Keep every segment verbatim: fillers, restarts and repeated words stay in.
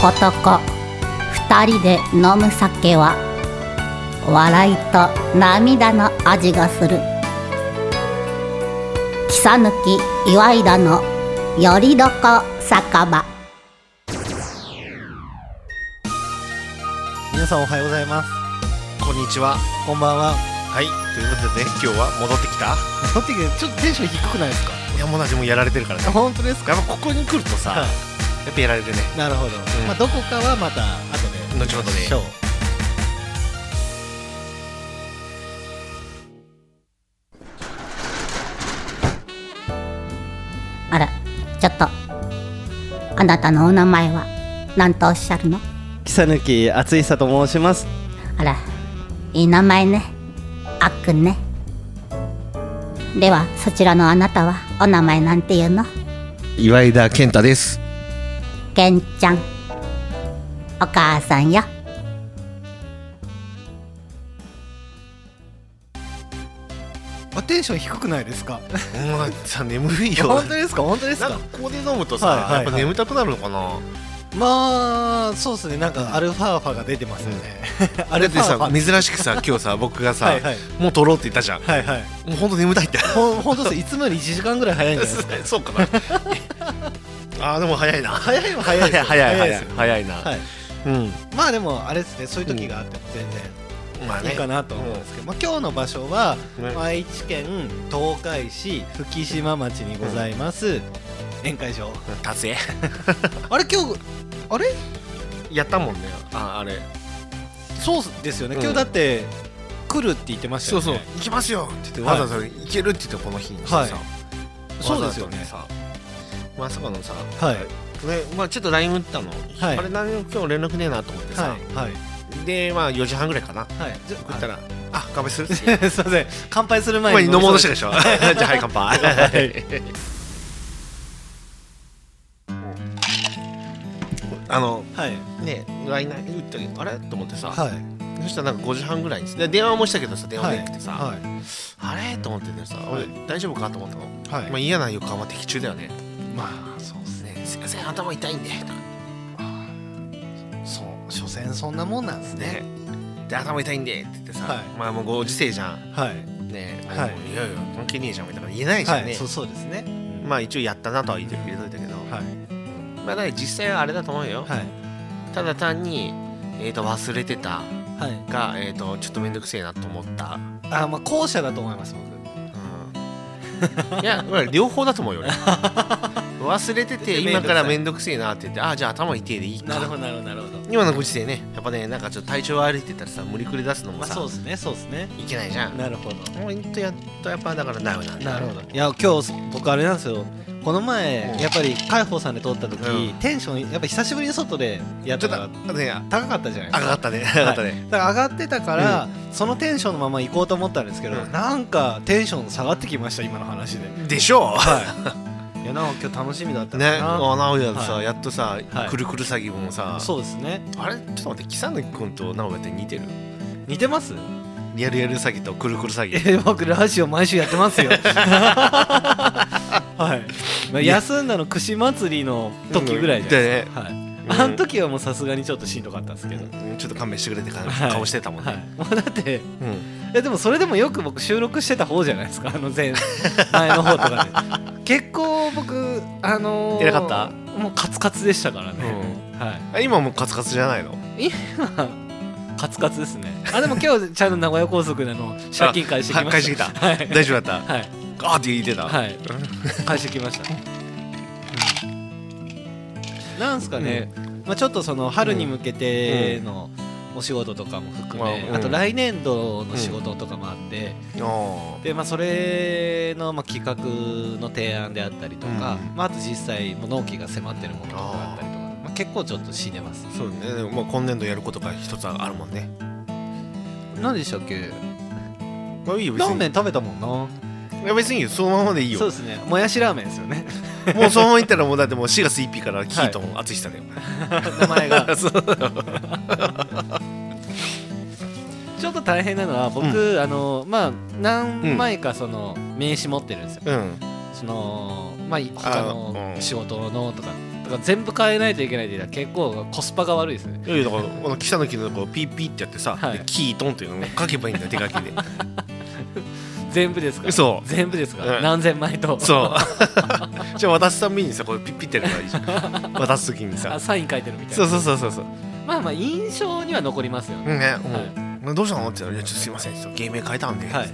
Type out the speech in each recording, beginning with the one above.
男二人で飲む酒は笑いと涙の味がする。草抜き岩井田のよりどこ酒場。 皆さんおはようございます。 こんにちは。 こんばんは。 はい、ということでね、今日は戻ってきた。 戻ってきてちょっとテンション低くないですか？ いやもうなじもやられてるからね。 本当ですか？ やっぱここに来るとさ、はい、やっぱやられるね。 なるほど、うん、まあどこかはまた後で後ほどね。 あら、ちょっとあなたのお名前は何とおっしゃるの？ 草抜き厚久と申します。 あら、いい名前ね。あっくんね。ではそちらのあなたはお名前なんていうの？ 岩井田健太です。 けんちゃん、お母さんよ。 テンション低くないですか？ もうさ、眠いよ。 本当ですか？本当ですか？ なんかここで飲むとさ、 はいはいはい、 やっぱ眠たくなるのかな。 まあそうですね、なんかアルファーファが出てますよね、 うん、あれでさ、珍しくさ、今日さ、僕がさはい、はい、もう撮ろうって言ったじゃん。はいはい、もうほんと眠たいってほほんとです。いつもよりいちじかんぐらい早いんじゃないですか？ そうかなあーでも早いな。 早いは早いですよ。 早い早い早いな、はい、うん、 まあでもあれですね、そういう時があっても全然、うんまあね、いいかなと思うんですけど、うん、まあ、今日の場所は、ね、愛知県東海市吹島町にございます、うん、宴会場達也あれ今日あれやったもんね。ああれそうですよね、うん、今日だって来るって言ってましたよね。 そうそう、行きますよって言って、はい、わざわざ行けるって言ってこの日にしてさ、はい、 そうですよね。 さまさかのさ、 はいね、まあちょっと ライン 打ったの、はい、あれ何も今日連絡ねえなと思ってさ、はいはい、でまあよじはんぐらいかな、はい、じゃ打ったら、あ、乾杯するすいません、 乾杯する前に飲もうとしたでしょじゃあはい乾杯あの、はい、ね、ライン 打ったけどあれと思ってさ、はい、そしたらなんかごじはんぐらいにで電話もしたけどさ、電話できてさ、はいはい、あれと思っててさ、はい、俺大丈夫かと思ったの、はい、まあ嫌な予感は的中だよね。 まあそうですね。 すいません、頭痛いんで。 そう、所詮そんなもんなんですね。 で頭痛いんでって言ってさ、はい、まあもうご時世じゃん。はい。ね、はい、いやいや関係ねえじゃんみたいな言えないじゃんね。はい、そうそうですね。 まあ一応やったなとは言ってくれといたけど、はい。まあだから実際はあれだと思うよ。はい。ただ単にえっと忘れてたがえっとちょっとめんどくせえなと思った。 あ、まあ後者だと思います僕。うん。いや、両方だと思うよね。忘れてて今からめんどくせえなって言って、あ、じゃあ頭痛いでいいか。 なるほどなるほどなるほど。 今のご時世ね、やっぱね、なんかちょっと体調悪いって言ったらさ、無理くり出すのもさ、 そうですねそうですね、 いけないじゃん。 なるほど。 もうほんとやっとやっぱだからダメなんだ。 なるほど。いや今日僕あれなんですよ。この前やっぱり海宝さんで撮った時、うん、テンションやっぱ久しぶりに外でやったら高かったじゃないですか。 上がったね上がったね、はい、 だから上がってたから、うん、そのテンションのまま行こうと思ったんですけど、うん、なんかテンション下がってきました今の話で。 でしょう。 はいいやなんか今日楽しみだったな。 ね、あ直哉さ、はい、やっとさ、はい、くるくる詐欺もさ、 そうですね。 あれちょっと待って、木更木君と直哉って似てる？ 似てます？ リアルやる詐欺とくるくる詐欺。 え僕ラジオ毎週やってますよ。はい。まあ、休んだの串祭りの時ぐらいで、うん、はい。うん、あの時はもうさすがにちょっとしんどかったんですけど、 うん、ちょっと勘弁してくれって顔してたもんね。はいはい、 もうだって、うん、いやでもそれでもよく僕収録してた方じゃないですか、あの前前の方とかで。結構僕あのー、 偉かった？ もうカツカツでしたからね。 うん、はい。今もカツカツじゃないの？ 今カツカツですね。あでも今日ちゃんと名古屋高速での借金返してきました。 返してきた。はい、大丈夫だった。はい。あーって言ってた。はい。 返してきました。うん、なんすかね。うん、まあちょっとその春に向けてのお仕事とかも含め、うん、あと来年度の仕事とかもあって、うん、でまあそれのまあ企画の提案であったりとか、うん、まああと実際もう納期が迫ってるものとかあったりとか。結構ちょっと死んでます。 そうね。でもまあ今年度やることが一つあるもんね。 何でしたっけ？ まあいいよ。 ラーメン食べたもんな。 いや別にいいよ。そのままでいいよ。 そうですね。もやしラーメンですよね。 もうそのままいったらもうだってもうしがつついたちからキートン淳久だよ。 名前が。そうちょっと大変なのは僕、うん、あのまあ何枚かその名刺持ってるんですよ。うん、そのまあ他の仕事のとか。 だから全部変えないといけないって言ったら結構コスパが悪いですね。 いやいやだからこの北の木のところピーピーってやってさ、はい、キートンっていうのを書けばいいんだよ手書きで全部ですか？ そう全部ですか、 うん、 何千枚とそうじゃあ渡すたびにさこれピッピってやればいいじゃん渡すときにさサイン書いてるみたいな。 そうそうそうそうそうまあまあ印象には残りますよね。 ね、うんはい、どうしたのって言ったらいやちょっとすいませんちょっと芸名変えたんで、 はいはい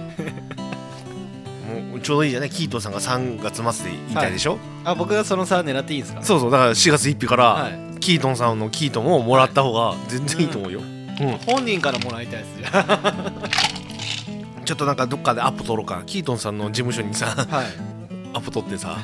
もうちょうどいいじゃないキートンさんがさんがつ末でいたいでしょ、はい、 あ僕がその差狙っていいんですか？ そうそうだからしがつついたちから、はい、キートンさんのキートンをもらった方が全然いいと思うよ、はいうんうん、本人からもらいたいですよちょっとなんかどっかでアポ取ろうかキートンさんの事務所にさ、はい、アポ取ってさ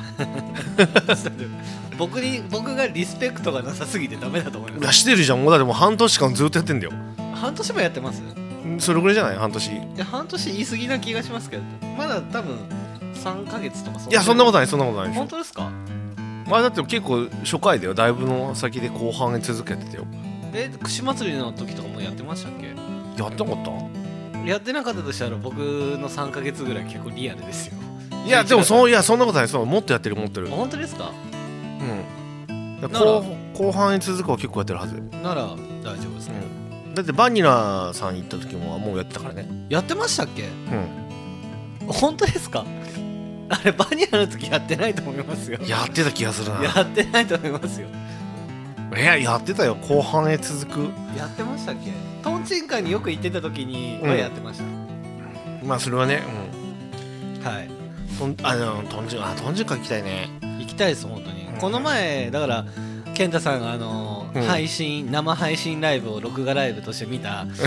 僕に僕がリスペクトがなさすぎてダメだと思います。 してるじゃんもうだってもう半年間ずっとやってんだよ。 半年もやってます？ それぐらいじゃない半年。いや半年言い過ぎな気がしますけどまだ多分さんかげつとか。 いやそんなことないそんなことない。 本当ですか？ まあだって結構初回だよだいぶの先で後半に続けてたよ。 え串祭りの時とかもやってましたっけ？ やってなかった？ やってなかったとしたら僕のさんかげつぐらい結構リアルですよ。 いやでもそういやそんなことないそうもっとやってるもっとやってる。 本当ですか？ うん後, 後半に続くは結構やってるはずなら大丈夫ですね、 うん、だってバニラさん行った時ももうやってたからね。 やってましたっけ？ うん本当ですか？あれバニラの時やってないと思いますよ。 やってた気がするな。 やってないと思いますよ。 いややってたよ後半へ続く。 やってましたっけ？トンチンカンによく行ってた時にはやってました、 うん、まあそれはね、 うん、はいトンあのトンチンあトンチンカン行きたいね。 行きたいです本当に、うん、この前だから健太さんがあの、うん、配信生配信ライブを録画ライブとして見たあの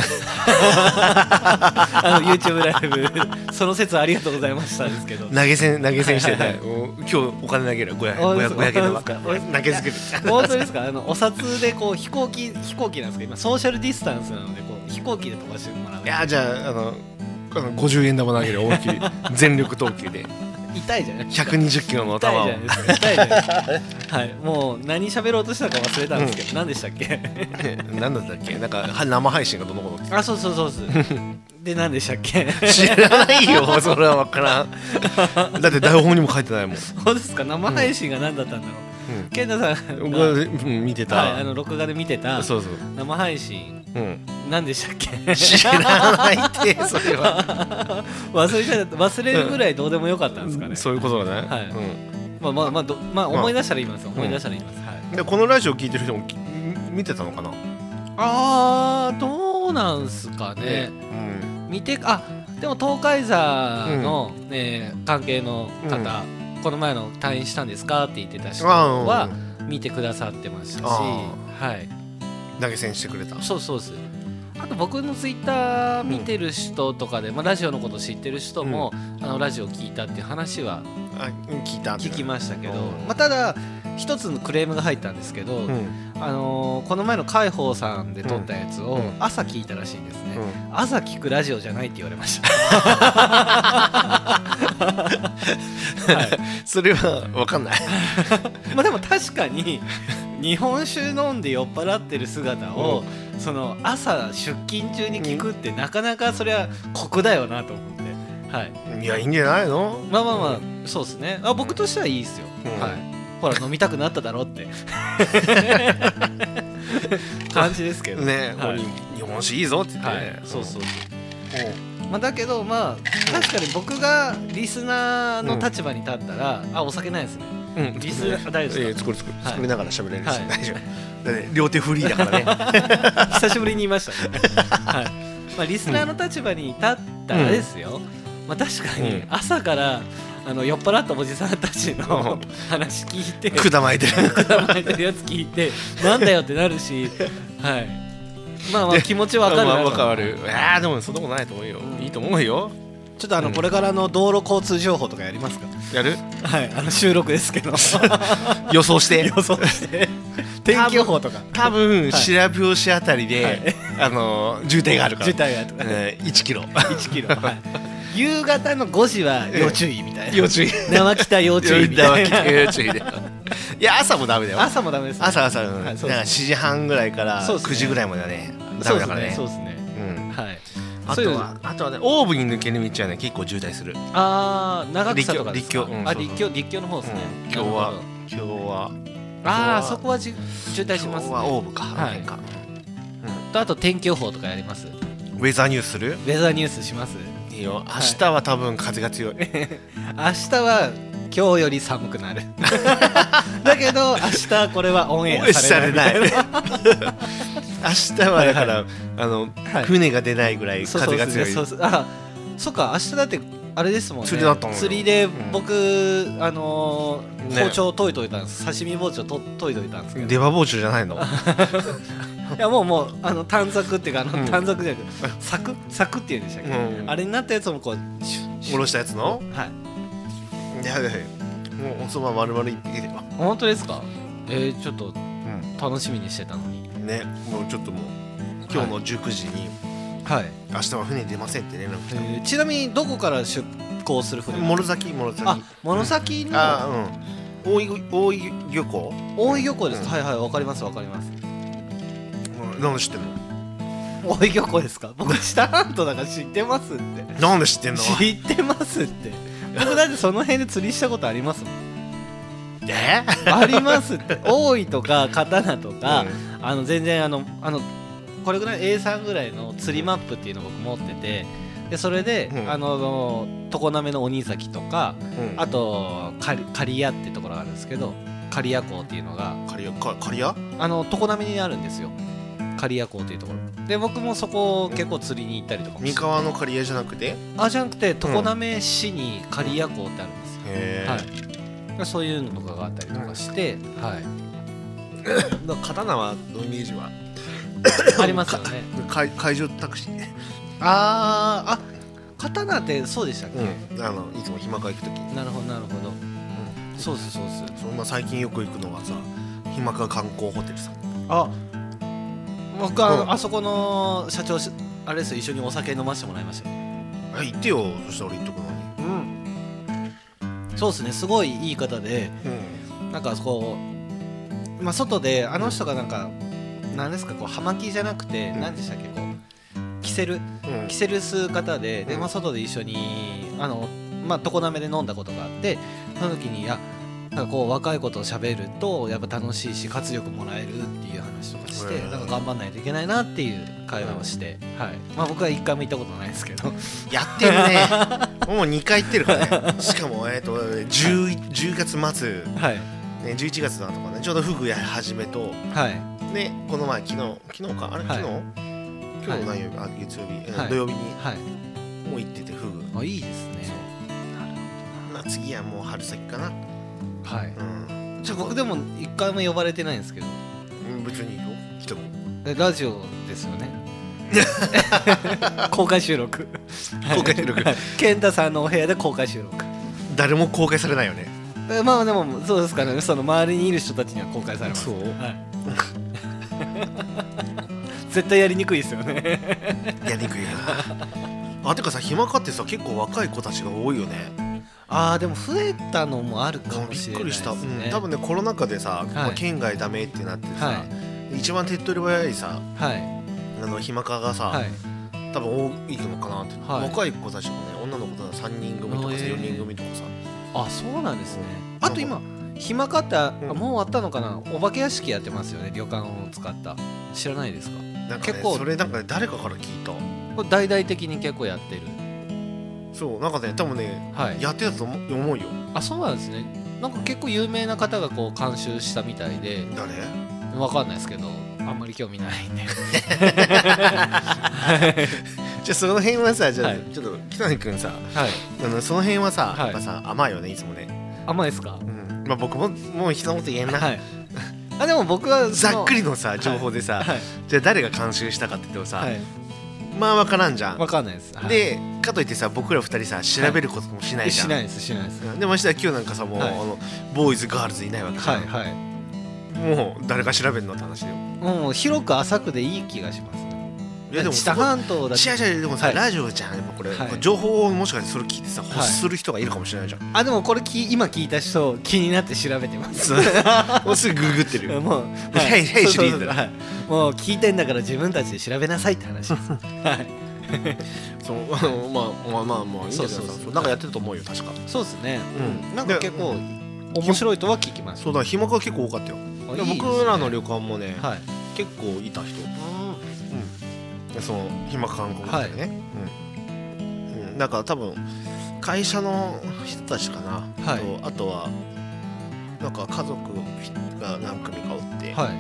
YouTube ライブその説ありがとうございましたですけど投げ銭投げ銭してね今日お金投げるごひゃくえん玉投げつける本当ですか？あのお札でこう飛行機飛行機なんですか今ソーシャルディスタンスなのでこう飛行機で飛ばしてもらう。 いやじゃああのあのごじゅうえん玉投げる思いっきり全力投球で痛いじゃないひゃくにじゅっキロの球を痛いじゃないですか痛いじゃないですかはいもう何喋ろうとしたか忘れたんですけど、うん、何でしたっけ何だったっけなんか生配信がどのことあそうそうそうそうで何でしたっけ知らないよそれは分からんだって台本にも書いてないもん。 そうですか生配信が何だったんだろう、うん、健太さんが、 うん、見てた、 はい、あの録画で見てたそうそう生配信、うん、何でしたっけ知らないってそれは忘れちゃ忘れるぐらいどうでもよかったんですかね、 うん、そういうことだね、 はいうん、まあまあまあ、まあ、思い出したら言います、まあ、思い出したら言います、うんはい、 でこのラジオ聞いてる人も見てたのかな。 あーどうなんすかね、うん、見てあでも東海座の、うんね、関係の方、うん、この前の退院したんですかって言ってた人は見てくださってましたし、はい、 投げ銭してくれた。 そうそうです。あと僕のツイッター見てる人とかで、うんまあ、ラジオのこと知ってる人も、うん、あのラジオ聞いたっていう話は聞いた聞きましたけど、まあ、ただ一つのクレームが入ったんですけど、うん、あのー、この前の海宝さんで撮ったやつを朝聞いたらしいんですね、うん、朝聞くラジオじゃないって言われました、 はい、それは分かんないまあでも確かに日本酒飲んで酔っ払ってる姿を、うん、その朝出勤中に聞くってなかなかそれは酷だよなと思って、はい、 いやいいんじゃないの。 まあまあまあ、うん、そうですねあ僕としてはいいですよ、うんはい、ほら飲みたくなっただろって感じですけどね、 はい、 日本酒いいぞって言って、ねはい、 そうそうそう、まあ、だけどまあ確かに僕がリスナーの立場に立ったら、うん、あお酒ないですね、うん、リスナー大丈夫ですか、 作る作る、はい、作りながら喋れるし、はい、大丈夫だって両手フリーだからね久しぶりに言いましたね、はいまあ、リスナーの立場に立ったらですよ、うんまあ、確かに朝からあの酔っ払ったおじさんたちの話聞いてくだまいてるくだまいてるやつ聞いてなんだよってなるし、はい、まあまあ気持ちわかるな、 まあ、わかる。いやでもそんなことないと思うよ、うん、いいと思うよ。 ちょっとあの、うん、これからの道路交通情報とかやりますか。 やるはいあの収録ですけど予想して予想して天気予報とか多分白拍子あたりで、はい、あの渋滞があるから渋滞があるとか、 えー、いちキロいちキロ、はい夕方のごじは要注意みたいな、 要注意生北要注意みたいな生北要注意でいや朝もダメだよ。 朝もダメです、ね、 朝朝、うんはい、そうですね、しちじはんぐらいからくじぐらいまではねダメだからね。 そうですね、うん、はい。 あとはあとはねオーブに抜ける道はね結構渋滞する。 ああ長草とかですか。 立教、うん、 あ立教立教の方ですね、 うん、今日は今日はああそこはじ渋滞しますね。 今日はオーブか、 はい、 か、 うん、とあと天気予報とかやります？ ウェザーニュースする？ ウェザーニュースします？ いいよ。明日は多分風が強い。 明日は今日より寒くなる。だけど明日これはオンエアされない。明日はだから、はいはい、あの、はい、船が出ないぐらい風が強い。そうそうそう、あ、そっか、明日だってあれですもんね。釣りだったもん。釣りで僕、うん、あのーね、包丁研いといたんです。刺身包丁と研いといたんですけど。出刃包丁じゃないの？いやもうもうあの短冊っていうかあの短冊じゃなくて、うん、サクサクっていうんでしたっけ、うん、あれになったやつもこうおろしたやつの、 はい、 いやいやもうおそば丸々いってきてよ。 本当ですか？えー、ちょっと楽しみにしてたのに、 うん、ね、もうちょっともう今日のじゅうくじに、はい、明日は船出ませんって連絡来た、 えー、ちなみにどこから出港する船？ 諸崎諸崎。 あ、諸崎の、うん、 あ、うん、大井大井漁港。 大井漁港です、うん、はいはい、わかりますわかります。 なんで知ってんの？ 大井漁港ですか？僕知らんとだから知ってますって。 なんで知ってんの？ 知ってますって。僕だってその辺で釣りしたことありますもん。 え？ ありますって。大井とか刀とか、うん、あの全然あのあのこれぐらい エーさん ぐらいの釣りマップっていうのを僕持ってて、でそれで、うん、あの常滑の鬼崎とか、うん、あと刈谷ってところがあるんですけど、刈谷港っていうのが刈谷か刈谷？ あの常滑にあるんですよ。刈谷港というところで、僕もそこ結構釣りに行ったりとかもして。 三河の刈谷じゃなくて？ あ、じゃなくて常滑市に刈谷港ってあるんですよ、 へー、はい、そういうのとかがあったりとかして、うん、はい。 刀はのイメージはありますよね。 海上タクシー。 あー、あ、刀ってそうでしたっけ？ うん、あのいつも暇か行くとき。 なるほどなるほど、うん、そうですそうです。 そんな最近よく行くのがさ、暇か観光ホテルさん。 あ、僕は、うん、あそこの社長あれですよ、一緒にお酒飲ませてもらいましたよ。 え、行ってよ。そしたら俺行っとくのに。 うん、そうですね、すごいいい方で、うん、なんかこう、まあ、外であの人がなんか何ですか、こう葉巻じゃなくて、うん、何でしたっけ、こうキセル、うん、キセル吸う方で、で、まあ、外で一緒にあの、まあ、常滑で飲んだことがあって、その時に、いや、なんかこう若い子と喋るとやっぱ楽しいし活力もらえるっていう話とかして、なんか頑張んないといけないなっていう会話をして、はい、まあ、僕はいっかいも行ったことないですけどやってるね。もうにかい行ってるからね。しかも、えー、と 10, じゅうがつ末、はいね、じゅういちがつだとかね、ちょうどフグや始めと、はい、でこの前昨日昨日かあれ、はい、昨日今日何曜日、はい、あ月曜日、はい、土曜日に、はい、もう行っててフグ。 あ、いいですね。 なるほどな。次はもう春先かな。 はい、うん、じゃあ僕でも一回も呼ばれてないんですけど。 うん、別にいいよ、来ても。 ラジオですよね。公開収録。 公開収録。 健太さんのお部屋で公開収録。 誰も公開されないよね。 え、まあでもそうですかね。その周りにいる人たちには公開されます。 そう。はい、 絶対やりにくいですよね。 やりにくいな。あ、てかさ、暇かってさ、結構若い子たちが多いよね。 あー、でも増えたのもあるかもしれないですね。びっくりした、うん、 多分ね、コロナ禍でさ、はい、まあ、県外ダメってなってさ、はい、一番手っ取り早いさ、はい、あの暇かがさ、はい、多分多いのかなって、はい、若い子たちもね、女の子とかさんにん組とかさ、よにん組とかさ。 あ、そうなんですね。あと今暇かって、うん、もう終わったのかな、お化け屋敷やってますよね、旅館を使った。知らないですか？ なんか、ね、結構それなんか、ね、誰かから聞いた。 これ大々的に結構やってる。そうなんかね、多分ね、はい、やってたと思うよ。あ、そうなんですね。なんか結構有名な方がこう監修したみたいで。誰？わかんないですけど、あんまり興味ないんで。 じゃあその辺はさ、じゃあ、はい、ちょっと北谷君さ、はい、あのその辺はさ、はい、やっぱさ甘いよね、いつもね。 甘いですか？ うん。まあ僕ももう人のこと言えんな。はい、 あ、でも僕はざっくりのさ情報でさ、はいはい、じゃあ誰が監修したかって言ってもさ。はい、まあ分からんじゃん。 分かんないです。はい、でかといってさ、僕らふたりさ調べることもしないじゃん。 はい、しないですしないです。 でも明日今日なんかさ、もう、はい、あのボーイズガールズいないわけじゃん。はいはい。もう誰が調べるのって話だよ。 もう広く浅くでいい気がしますね。いやでも知多半島だって。 違う違う、でもさ、はい、ラジオじゃん。やっぱこれ、はい、情報をもしかしてそれ聞いてさ欲する人がいるかもしれないじゃん。はい、 あ、でもこれき今聞いた人気になって調べてます。 もうすぐググってるよ。もうはい、ヘイシリーズだ。もう聞いてんだから自分たちで調べなさいって話です。はい。 そう、あのまあまあまあまあいいんだけどさ、なんかやってると思うよ、確か。 そうですね。うん。なんか結構面白いとは聞きました。 そうだ、暇が結構多かったよ。 で僕らの旅館もね、 はい、 結構いた人、うん、その暇観光でね、はい、うんうん、なんか多分会社の人たちかな、はい、とあとはなんか家族が何組かおって、はい、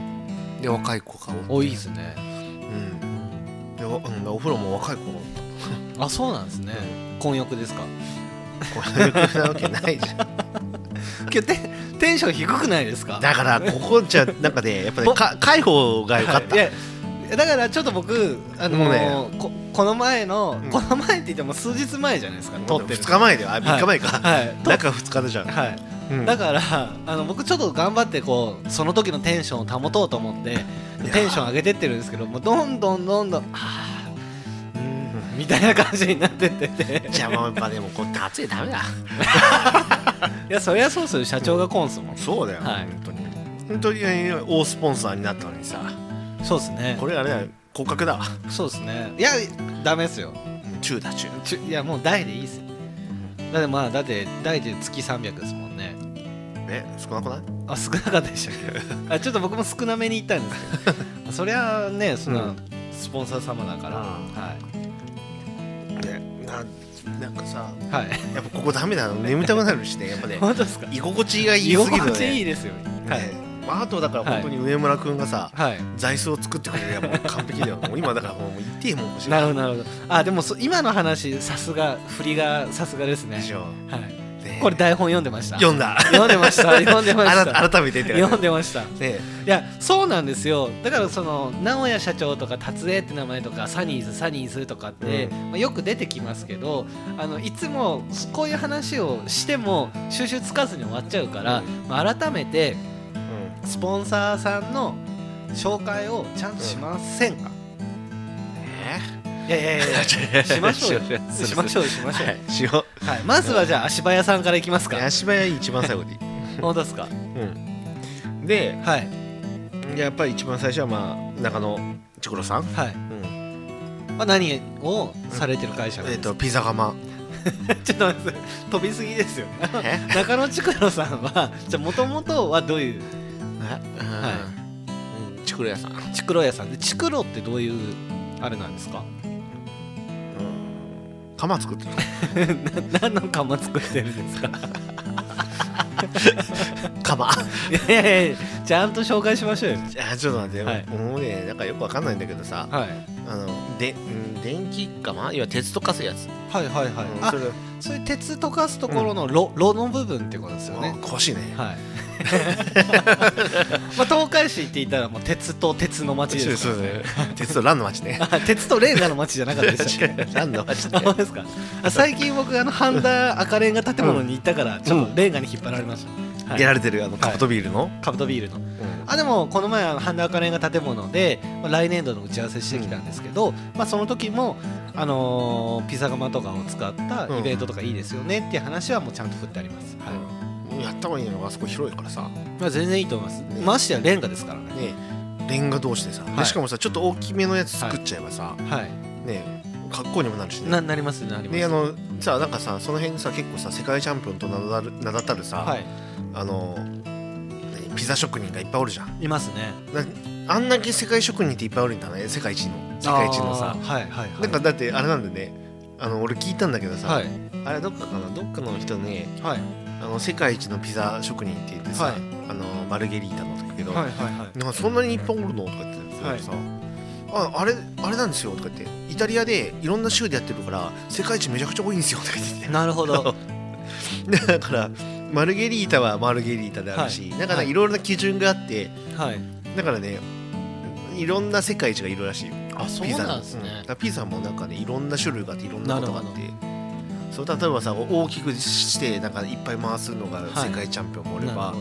で若い子がおって、 多いですね、 うん、で お, うん、お風呂も若い子がおったあ、そうなんですね、うん、混浴ですか？ 混浴なわけないじゃん今日テ, テンション低くないですか？ だからここじゃなんかねやっぱねか介護が良かった、はい、 いやだからちょっと僕あのーね、こ, この前の、うん、この前って言っても数日前じゃないですか、撮ってるふつかまえだよ、あみっかまえか、 はい、 中ふつかでじゃん、 はい、うん、だからあの僕ちょっと頑張ってこうその時のテンションを保とうと思ってテンション上げてってるんですけど、もうどんどんどんどんあーみたいな感じになってっててじゃあもうやっぱでもこう立つダメだいやそりゃそうする、社長がコンスも、うん、 そうだよ、はい、本当に本当に大スポンサーになったのにさ、 そうですね、 これあれだよ、降格だわ。 そうですね、いやダメですよ、 中だ中中、いやもう大でいいですよ、だってまあだって大で月さんびゃくですもんね。 え、少なくない？ あ、少なかったでしたっけあ、ちょっと僕も少なめに言ったんですけどそりゃね、その、うん、スポンサー様だから、うん、はいね、ななんかさ、 はい、 やっぱここダメだな、眠たくなるしね、やっぱね本当ですか？ 居心地がいいすぎるね。 居心地いいですよ、はい、 まあ、あとだから本当に上村くんがさ、はい、座椅子を作ってくれるやもう完璧だよもう今だからもう言っていいもん欲しい。 なるほどなるほど。あ、でもそ今の話さすが振りがさすがですね。 でしょ、 はい、これ台本読んでました。 読んだ読んでました読んでました改めて言って読んでました、 ね、 いやそうなんですよ。だからその直哉社長とか達江って名前とかサニーズサニーズとかって、うん、まあ、よく出てきますけど、あのいつもこういう話をしても収集つかずに終わっちゃうから、うん、まあ、改めてスポンサーさんの紹介をちゃんとしませんか？ えいやいやいやしましょうよしましょうしましょう、はい、 しよう、はい、まずはじゃあ足早さんからいきますか。 足早一番最後でいい本当ですか？ うん、で、 はい、 やっぱり一番最初はまあ中野千黒さん、 はい、うん、まあ、何をされてる会社なんですか？ うん、えーとピザ窯ちょっと待って、飛びすぎですよ中野千黒さんはじゃあもともとはどういう、 はい、ちくろ屋さん。 ちくろ屋さんで、ちくろってどういうあれなんですか？ 釜作ってる何の釜作ってるんですか？ 釜いやいやいや、ちゃんと紹介しましょうよ。 あ、ちょっと待って、はい、もうね、なんかよくわかんないんだけどさ、はい、あので、ん、電気釜、いや鉄溶かすやつ。 はいはいはい、うん、あ、それそういう鉄溶かすところの炉、うん、炉の部分ってことですよね。 詳しいね。はいまあ東海市って言ったらもう鉄と鉄の町ですから、ね、 鉄と蘭の町ね鉄とレンガの町じゃなかったでしたっけ？ 蘭の町ね。 あ、ですか。最近僕あの半田赤レンガ建物に行ったからちょっとレンガに引っ張られました、 うん、はい、やられてるあのカブトビールの、はい、 カブトビールの、うん、あ、でもこの前あの半田赤レンガ建物で、まあ、来年度の打ち合わせしてきたんですけど、うん、まあ、その時も、あのー、ピザ窯とかを使ったイベントとかいいですよねっていう話はもうちゃんと振ってあります、はい、 やった方がいいのがあそこ広いからさ、 まあ、全然いいと思います、ね、ましてやレンガですからね。 ね、レンガ同士でさ、はい、でしかもさちょっと大きめのやつ作っちゃえばさ、はい、ね、格好にもなるしね。 な, なりますね、なります。 で、あのさ、なんかさ、その辺にさ結構さ世界チャンピオンと名だる名だたるさ、はい、あのピザ職人がいっぱいおるじゃん。 いますね。 あんだけ世界職人っていっぱいおるんだね、世界一の世界一のさ、はいはいはい、なんかだってあれなんでね、あの俺聞いたんだけどさ、はい、あれどっかかな、どっかの人ね、はい、あの世界一のピザ職人って言ってさ、はい、あのマルゲリータのだけど、はいはいはい、なんかそんなにいっぱいおるのとか言ってさ、はい、あ, あれあれなんですよとか言って、イタリアでいろんな州でやってるから世界一めちゃくちゃ多いんですよとか言ってて。 なるほどだからマルゲリータはマルゲリータであるし、はい、だからいろいろな基準があって、はい、だからね、いろんな世界一がいるらしいよ。 あ、そうなんですね。 うん、だピザもなんかね、いろんな種類があっていろんなことがあって、そう、例えばさ、大きくしてなんかいっぱい回すのが世界チャンピオンもおれば、はい、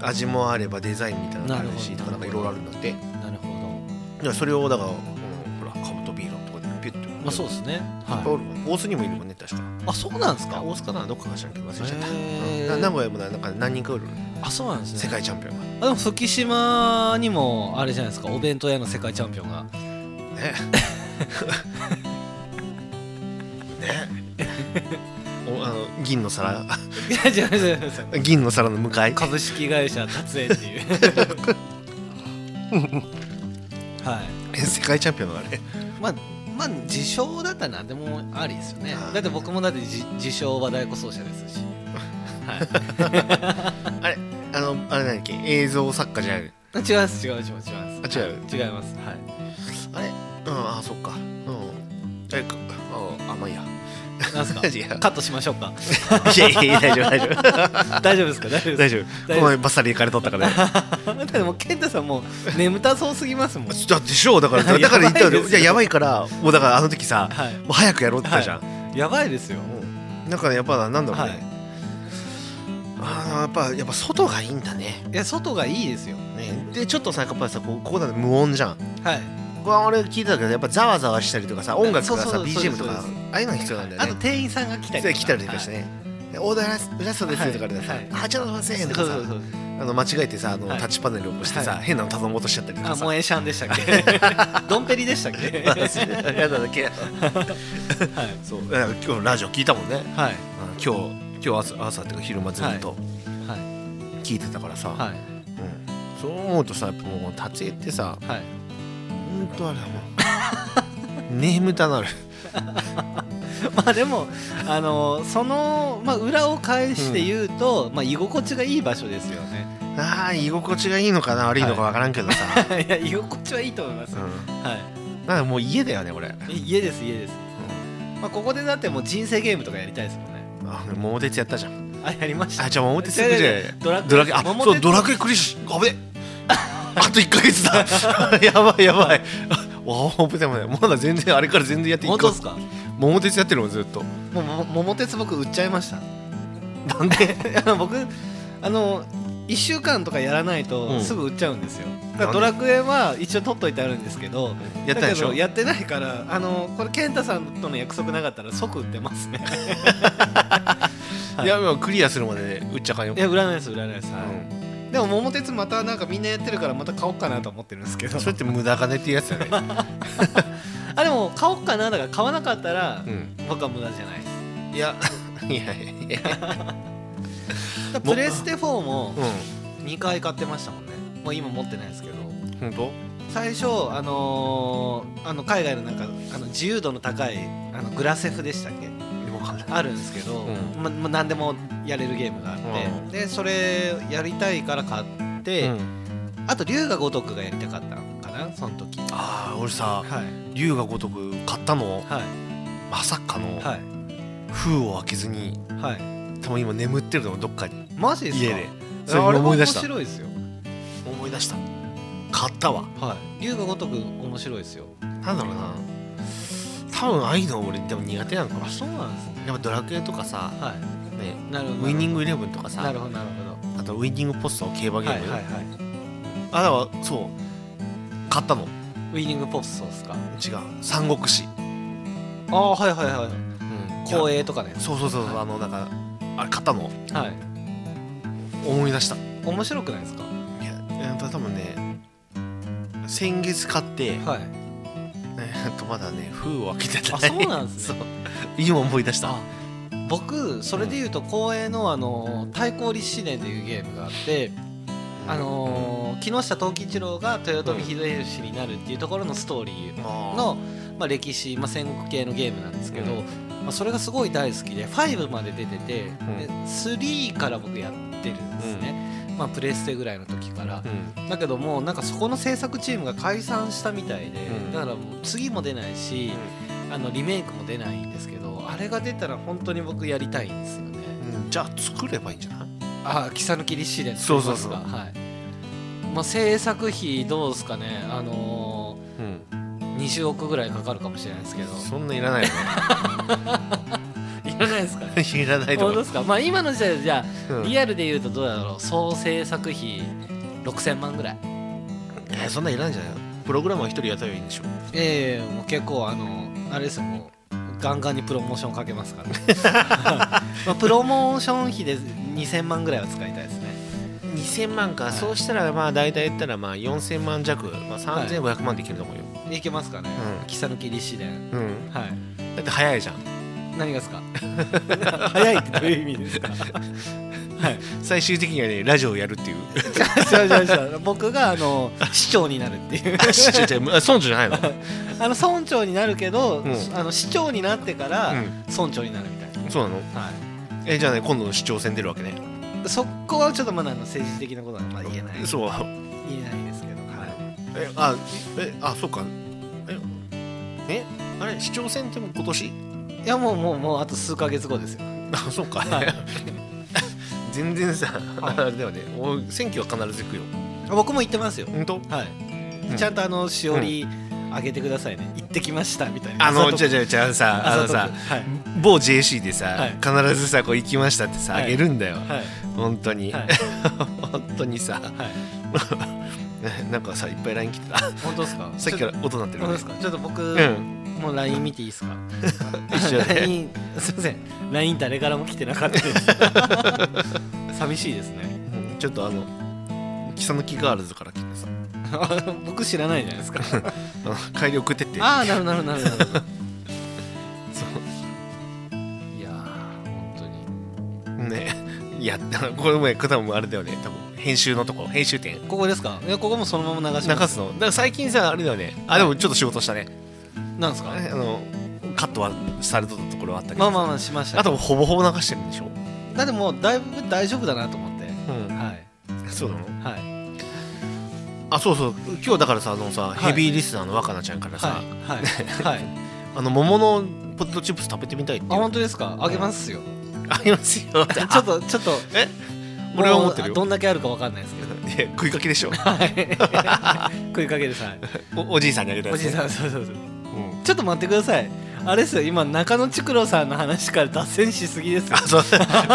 味もあればデザインみたいなのがあるし、とかなんかいろいろあるんだって。 なるほど。 いや、それをだから、うん、ほらカブトビールとかでピュッと、 まあ、そうですね、はい、 大須にもいるもんね、確か。 あ、そうなんですか。 大須かな、どっかかしらんけど忘れちゃった。うん、名古屋もなんか何人かおる。 あ、そうなんですね、 世界チャンピオンが。 あ、でも福島にもあれじゃないですか、お弁当屋の世界チャンピオンがねねのあの銀の皿いや違う違う違う銀の皿の向かい株式会社達也っていうはい世界チャンピオンのあれまあまあ自称だったら何でもありですよね。だって僕もだって自自称和太鼓奏者ですしはいあれあのあれ何だっけ映像作家じゃない違います違う違う違いますあ違う違いますはいあれうんあそっかうんえかああまあいいやなんすかいやカットしましょうかいやいやいや大丈夫大丈夫大丈夫ですか大丈夫大丈夫この前バッサリ行かれとったからねだってもう健太さんもう眠たそうすぎますもんだってしょうだからだから言ったよいややばいからもうだからあの時さ、 はい、 もう早くやろうって言ったじゃん、 はい、やばいですよ、 うん、なんかねやっぱなんだろうね、 はい、 あやっぱやっぱ外がいいんだね。 いや外がいいですよ、 ね、でちょっとさやっぱりさこここなんて無音じゃん。 はいこれ俺聞いてたけどやっぱざわざわしたりとかさ音楽がさ ビージーエム とかそうそうそうああいうのが必要なんだよね。 あと店員さんが来たりとか来たりとかしてね、はい、オーダーラストですとかでさ、はいはい、あちょっと待ってとかさそうそうそうあの間違えてさあの、はい、タッチパネルを押してさ、はい、変なの頼もうとしちゃったりとかさあ萌えシャンでしたっけドンペリでしたっけやだだっけはいそう今日のラジオ聞いたもんね。はい今日今日朝朝っていうか昼間ずっと聞いてたからさ、はいうん、そう思うとさやっぱもう達也ってさ、はい、ほんとあれはもう眠たなるまあでもあのその、まあ、裏を返して言うと、うんまあ、居心地がいい場所ですよね。 ああ居心地がいいのかな悪いのか分からんけどさ、 はい、いや居心地はいいと思います、うんはい、 なんかもう家だよねこれ。 家です家です、うんまあ、ここでだってもう人生ゲームとかやりたいですもんね。 あ桃鉄やったじゃん。 あやりました。 あじゃあ桃鉄すぐじゃドラクエドラクエあそうドラクエクリッシュあべあといっかげつだやばいやばいわあでもねまだ全然あれから全然やっていいか。 本当ですか。 桃鉄やってるもんずっと。 もも桃鉄僕売っちゃいました。 なんであの僕あのいっしゅうかんとかやらないとすぐ売っちゃうんですよ、うん、だからドラクエは一応取っといてあるんですけどやったでしょ。 やってないからあのこれ健太さんとの約束なかったら即売ってますねはい、いやクリアするまで売っちゃかんよ。 いや売らないです売らないです、はいうん、でも桃鉄またなんかみんなやってるからまた買おうかなと思ってるんですけどそれって無駄金っていうやつだねあでも買おうかなだから買わなかったら、うん、僕は無駄じゃないです。 いやいやいやプレステフォーもにかい買ってましたもんね。もう今持ってないですけど。 本当？ 最初あのー、あの海外のなんかあの自由度の高いあのグラセフでしたっけ？あるんですけど、うんまま何でもやれるゲームがあって、うん、でそれやりたいから買って、うん、あと龍が如くがやりたかったのかなその時。 ああ俺さ、はい、龍が如く買ったの、はい、まさかの、はい、封を開けずに。はい多分今眠ってるのどっかにマジですか。 家でそれ思い出した。 あれ面白いですよ。 思い出した買ったわ。 はい龍が如く面白いですよ。 なんだろうな多分ああいうの俺でも苦手なのかも。 あそうなんですね。 やっぱドラクエとかさ、はいね、 なるほどウイニングイレブンとかさなるほどなるほどあとウイニングポスト競馬ゲーム、はいはいはい、あだからそう買ったの。 ウイニングポストですか。 違う三国志。 ああはいはいはい、うん、光栄とかね。 そうそうそう、はい、あのなんかあれ買ったの。はい思い出した。 面白くないですか。 いや多分ね先月買ってはいえっとまだね封を開けてた。 あそうなんですね今思い出した。 僕それでいうと光栄のあの太閤立志伝というゲームがあって、あのー、木下藤吉郎が豊臣秀吉になるっていうところのストーリーの、まあ、歴史、まあ、戦国系のゲームなんですけど、うんまあ、それがすごい大好きでごまで出てて、うん、でスリーから僕やってるんですね、うんまあ、プレステぐらいの時から、うん、だけどもうなんかそこの制作チームが解散したみたいで、うん、だからもう次も出ないし、うん、あのリメイクも出ないんですけどあれが出たら本当に僕やりたいんですよね、 うん、じゃあ作ればいいんじゃない。 あ木更木立志伝作りますか。はいまあ、制作費どうですかね、あのーうん、にじゅうおくぐらいかかるかもしれないですけど。 そんないらないよねいらないですかいらないと思う。 本当ですか。まあ今の時代じゃあ、うん、リアルで言うとどうだろう総制作費ろくせんまんぐらい。 えー、そんないらないんじゃないの。プログラマー一人やったらいいんでしょ。 ええー、もう結構あのあれですよもうガンガンにプロモーションかけますから、ねまあ、プロモーション費でにせんまんぐらいは使いたいですね。 にせんまんか、はい、そうしたらまあ大体言ったらまあよんせんまん弱、まあ、さんぜんごひゃくまんでいけると思うよ、 はい、いけますかね、うん、木更木立志伝、 うんはい、だって早いじゃん。 何がですか早いってどういう意味ですかはい、 最終的にはねラジオをやるっていう僕があの市長になるっていう市長村長じゃないのあの村長になるけど、 うん、 あの市長になってから村長になるみたいな、うん、 そうなの、はい、えじゃあね今度の市長選出るわけね。 そこはちょっとまだあの政治的なことはまあ言えないそう言えないですけど、はい、 えあえあそうかええあれ市長選っても今年いやもうもうもうあと数ヶ月後ですよあそうか、はい、全然さ、はい、あれだよね選挙は必ず行くよ。 僕も行ってますよ本当、 はい、うん、ちゃんとあのしおり、うんあげてくださいね。行ってきましたみたいな。 あのじゃじゃじゃさあのさ、はい、某 ジェーシー でさ、はい、必ずさこう行きましたってさ、はい、あげるんだよ。はい、本当に、はい、本当にさ、はい、なんかさいっぱい ライン 来てた。 本当ですか？ さっきから音鳴ってる、ね。 本当ですか？ちょっと僕、うん、もう ライン 見ていいですか？ 一緒で。 ライン すみません。ライン 誰からも来てなかったです。寂しいですね。 うん、ちょっとあのキサヌキガールズから来てさ。 僕知らないじゃないですか帰り送ってって。 ああなるほどなるほどなるほどそういやー本当にねいやこれも多分あれだよね多分編集のところ編集点ここですか。いやここもそのまま流します。 流すのだから最近さあれだよねあでもちょっと仕事したね。 なんですかあのカットはされたところはあったけどまあまあまあしました、ね、 あとほぼほぼ流してるんでしょ。 だってもうだいぶ大丈夫だなと思って、 うん、 はいそうなの。 はいあそうそう今日だからさあのさ、はい、ヘビーリスナーの若菜ちゃんからさ、 はいはいはい、 あの桃のポテトチップス食べてみたいって。 あ本当ですか。あげますよ。 あげますよ。 ちょっとちょっとえ俺は思ってるよ。 どんだけあるかわかんないですけど。 いや食いかけでしょ。 食いかけです。はい。 お, おじいさんにあげたやつ、ね。 おじいさんそうそうそう、うん。ちょっと待ってください。あれですよ今中野ちくろさんの話から脱線しすぎですよ。 あそう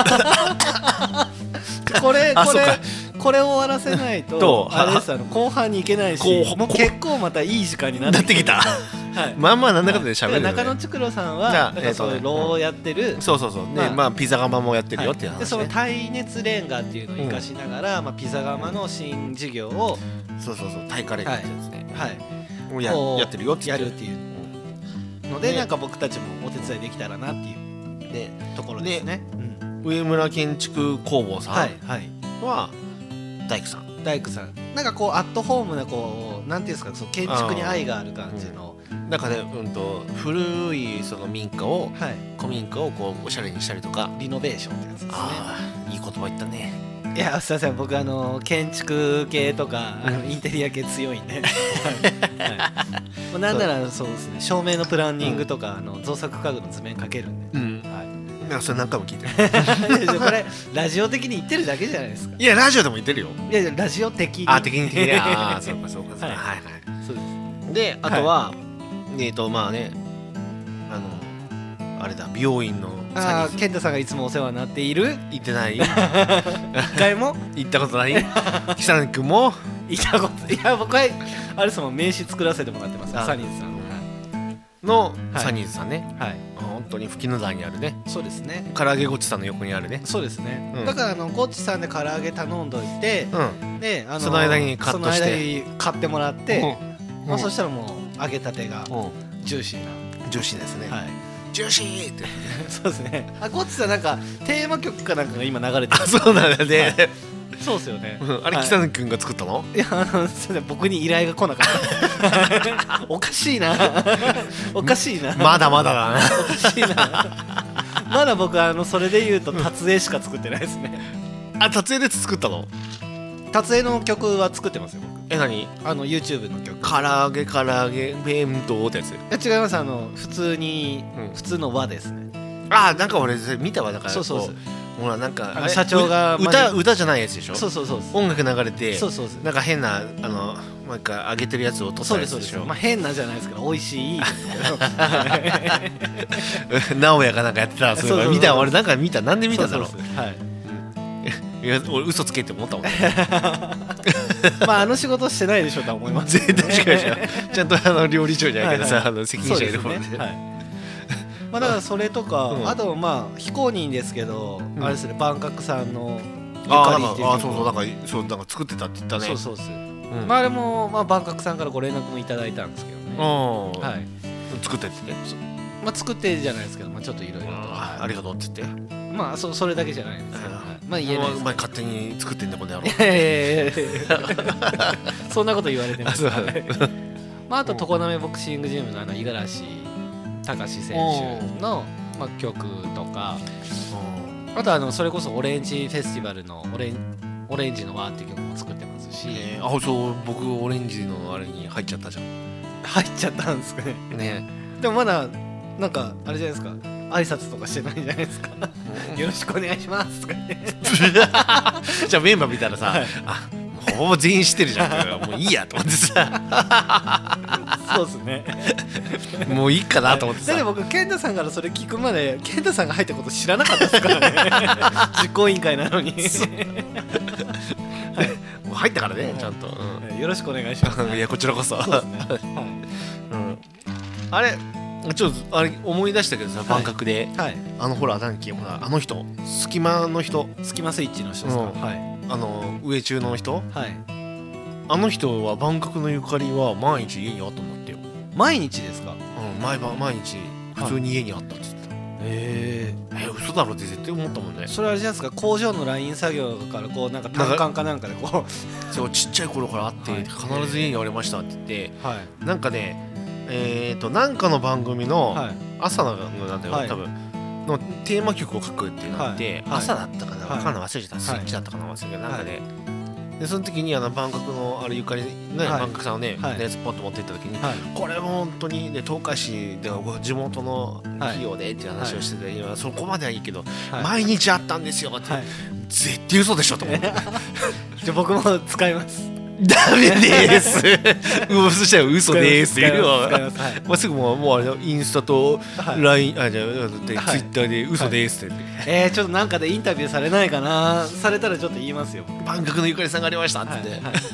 これこれこれを終わらせないとあれですあの後半に行けないしもう結構またいい時間になってきた。はい、 まあまあなんだかんだで喋るよね。 中野ちくろさんはなんかそういうローをやってる、 そうそうそうでまあピザ窯もやってるよっていう話、ね、 でその耐熱レンガっていうのを生かしながら、まあピザ窯の新事業をそうそうそうタイカレーってやつねはいをややってるよってやるっていうのでなんか僕たちもお手伝いできたらなっていうでところですね。 上村建築工房さんはいはいは大工さん大工さんなんかこうアットホームなこうなんていうんですかその建築に愛がある感じの、 うん、なんかね、うんと古いその民家を、はい、古民家をこうおしゃれにしたりとかリノベーションってやつですね。 あいい言葉言ったね。 いやすいません僕あの建築系とかあのインテリア系強いんで、はいはい、なんならそうですね照明のプランニングとか、うん、あの造作家具の図面描けるんで、うんはい、いやそれ何回も聞いてるこれラジオ的に言ってるだけじゃないですか。 いやラジオでも言ってるよ。 いやいやラジオ的にあ的に的にあそうかそうかそうか、はい、はいはいそうですであとは、はい、えっとまあねあのあれだ美容院のあ健太さんがいつもお世話になっている行ってない一回も行ったことない久野君も行ったこといや僕はあれですもん名刺作らせてもらってますサニーズさんのサニーズさんねはい本当に吹きの台にあるね。 そうですね唐揚げごっちさんの横にあるね。 そうですね、うん、だからあのごっちさんで唐揚げ頼んどいて、うん、であのその間にカットしてその間に買ってもらって、うんまあ、そしたらもう揚げたてがジューシーなジューシーですね。 はいジューシーってそうですね。あごっちさんなんかテーマ曲かなんかが今流れてる。 あそうなんだね、はい、 そうですよね、 うん、あれ北野君が作ったの？ いやあの僕に依頼が来なかったおかしいなおかしいなまだまだだなおかしいなまだ僕あのそれで言うと達成しか作ってないですね。 あ達成で作ったの？ 達成の曲は作ってますよ僕。 え何？ あの YouTube の曲唐揚げ唐揚げ弁当ってやつ？いや違いますあの普通に、うん、普通の和ですね。 あなんか俺見たわだからそうそうそうほらなんか社長が歌歌じゃないやつでしょ。 そうそうそう音楽流れてそうそうそうなんか変なあのなんか揚げてるやつを撮ったやつでしょ。 まあ変なじゃないですけど美味しいですけど直哉がなんかやってたらそれ見た俺なんか見たなんで見たんだろう。 そうそうそうはいいや俺嘘つけって思ったもんまああの仕事してないでしょとは思います、ね、 絶対違うじゃんちゃんとあの料理長じゃないけどさ、はいはい、あの責任者いるもんね。 まあだからそれとか、うん、あとまあ非公認ですけど、うん、あれですね万角さんのゆかりっていうああそうそうなんかそうなんか作ってたって言ったね。 そうそうそう、うん、まああれもまあ万角さんからご連絡もいただいたんですけどね。はい作ったやつね。 まあ作ってじゃないですけど、まあちょっといろいろとありがとうって言って、 まあ そ, それだけじゃないんですけど、まあ言えないです。 お前勝手に作ってんだこの野郎。 いやいやいやいやそんなこと言われてます。まああと常滑ボクシングジムのあの五十嵐隆選手のまあ曲とか、あとあのそれこそオレンジフェスティバルのオレンオレンジの輪っていう曲も作ってますし、 えー、あそう僕オレンジのあれに入っちゃったじゃん。 入っちゃったんですかね。ねでもまだなんかあれじゃないですか、挨拶とかしてないんじゃないですか。よろしくお願いしますとか言ってじゃあメンバー見たらさ、はい、あほぼ全員知ってるじゃんもういいやと思ってさそうですねもういいかなと思ってさ、 だって僕健太さんからそれ聞くまで健太さんが入ったこと知らなかったですからね実行委員会なのにはい、 もう入ったからね、はい、ちゃんと、 うん、よろしくお願いしますいやこちらこそ、 そうですね、はいうん、あれちょっとあれ思い出したけどさ、万博で、はい、あのほら何だっけ、ほらあの人隙間の人スキマスイッチの人ですか、うん、はい、 あの上中の人、 はい、 あの人は万博のゆかりは毎日家にあったんだってよ。 毎日ですか？ うん、毎晩毎日普通に家にあったって言ってた。へえー、嘘だろって絶対思ったもんね。 それあれじゃないですか、工場のライン作業からこうなんか単管かなんかでこうそうちっちゃい頃からあって、はい、必ず家にありましたって言って、はい、なんかねえーとなんかの番組の朝のなんだよ、はい、多分のテーマ曲を書くってなって、はい、朝だったかな、はい、分かんない忘れちゃった、スイッチだったかな忘れたけど、なんかね、はい、でその時にあの万博のあれゆかりね、はい、万博さんをね、はい、やつポッと持っていった時に、はい、これも本当にね東海市で地元の企業でっていう話をしてて、はい、そこまではいいけど、はい、毎日あったんですよって、はい、絶対嘘でしょと思ってじゃあ僕も使いますダメですもうそしたら嘘ですって言うわ、はい、まあ、すぐもう、もうあれインスタと ライン、はい、あじゃあツイッターで嘘ですって、はい、 えー、ちょっとなんかでインタビューされないかな、されたらちょっと言いますよ。 万博のゆかりさんがありましたって言って、はいはいはい、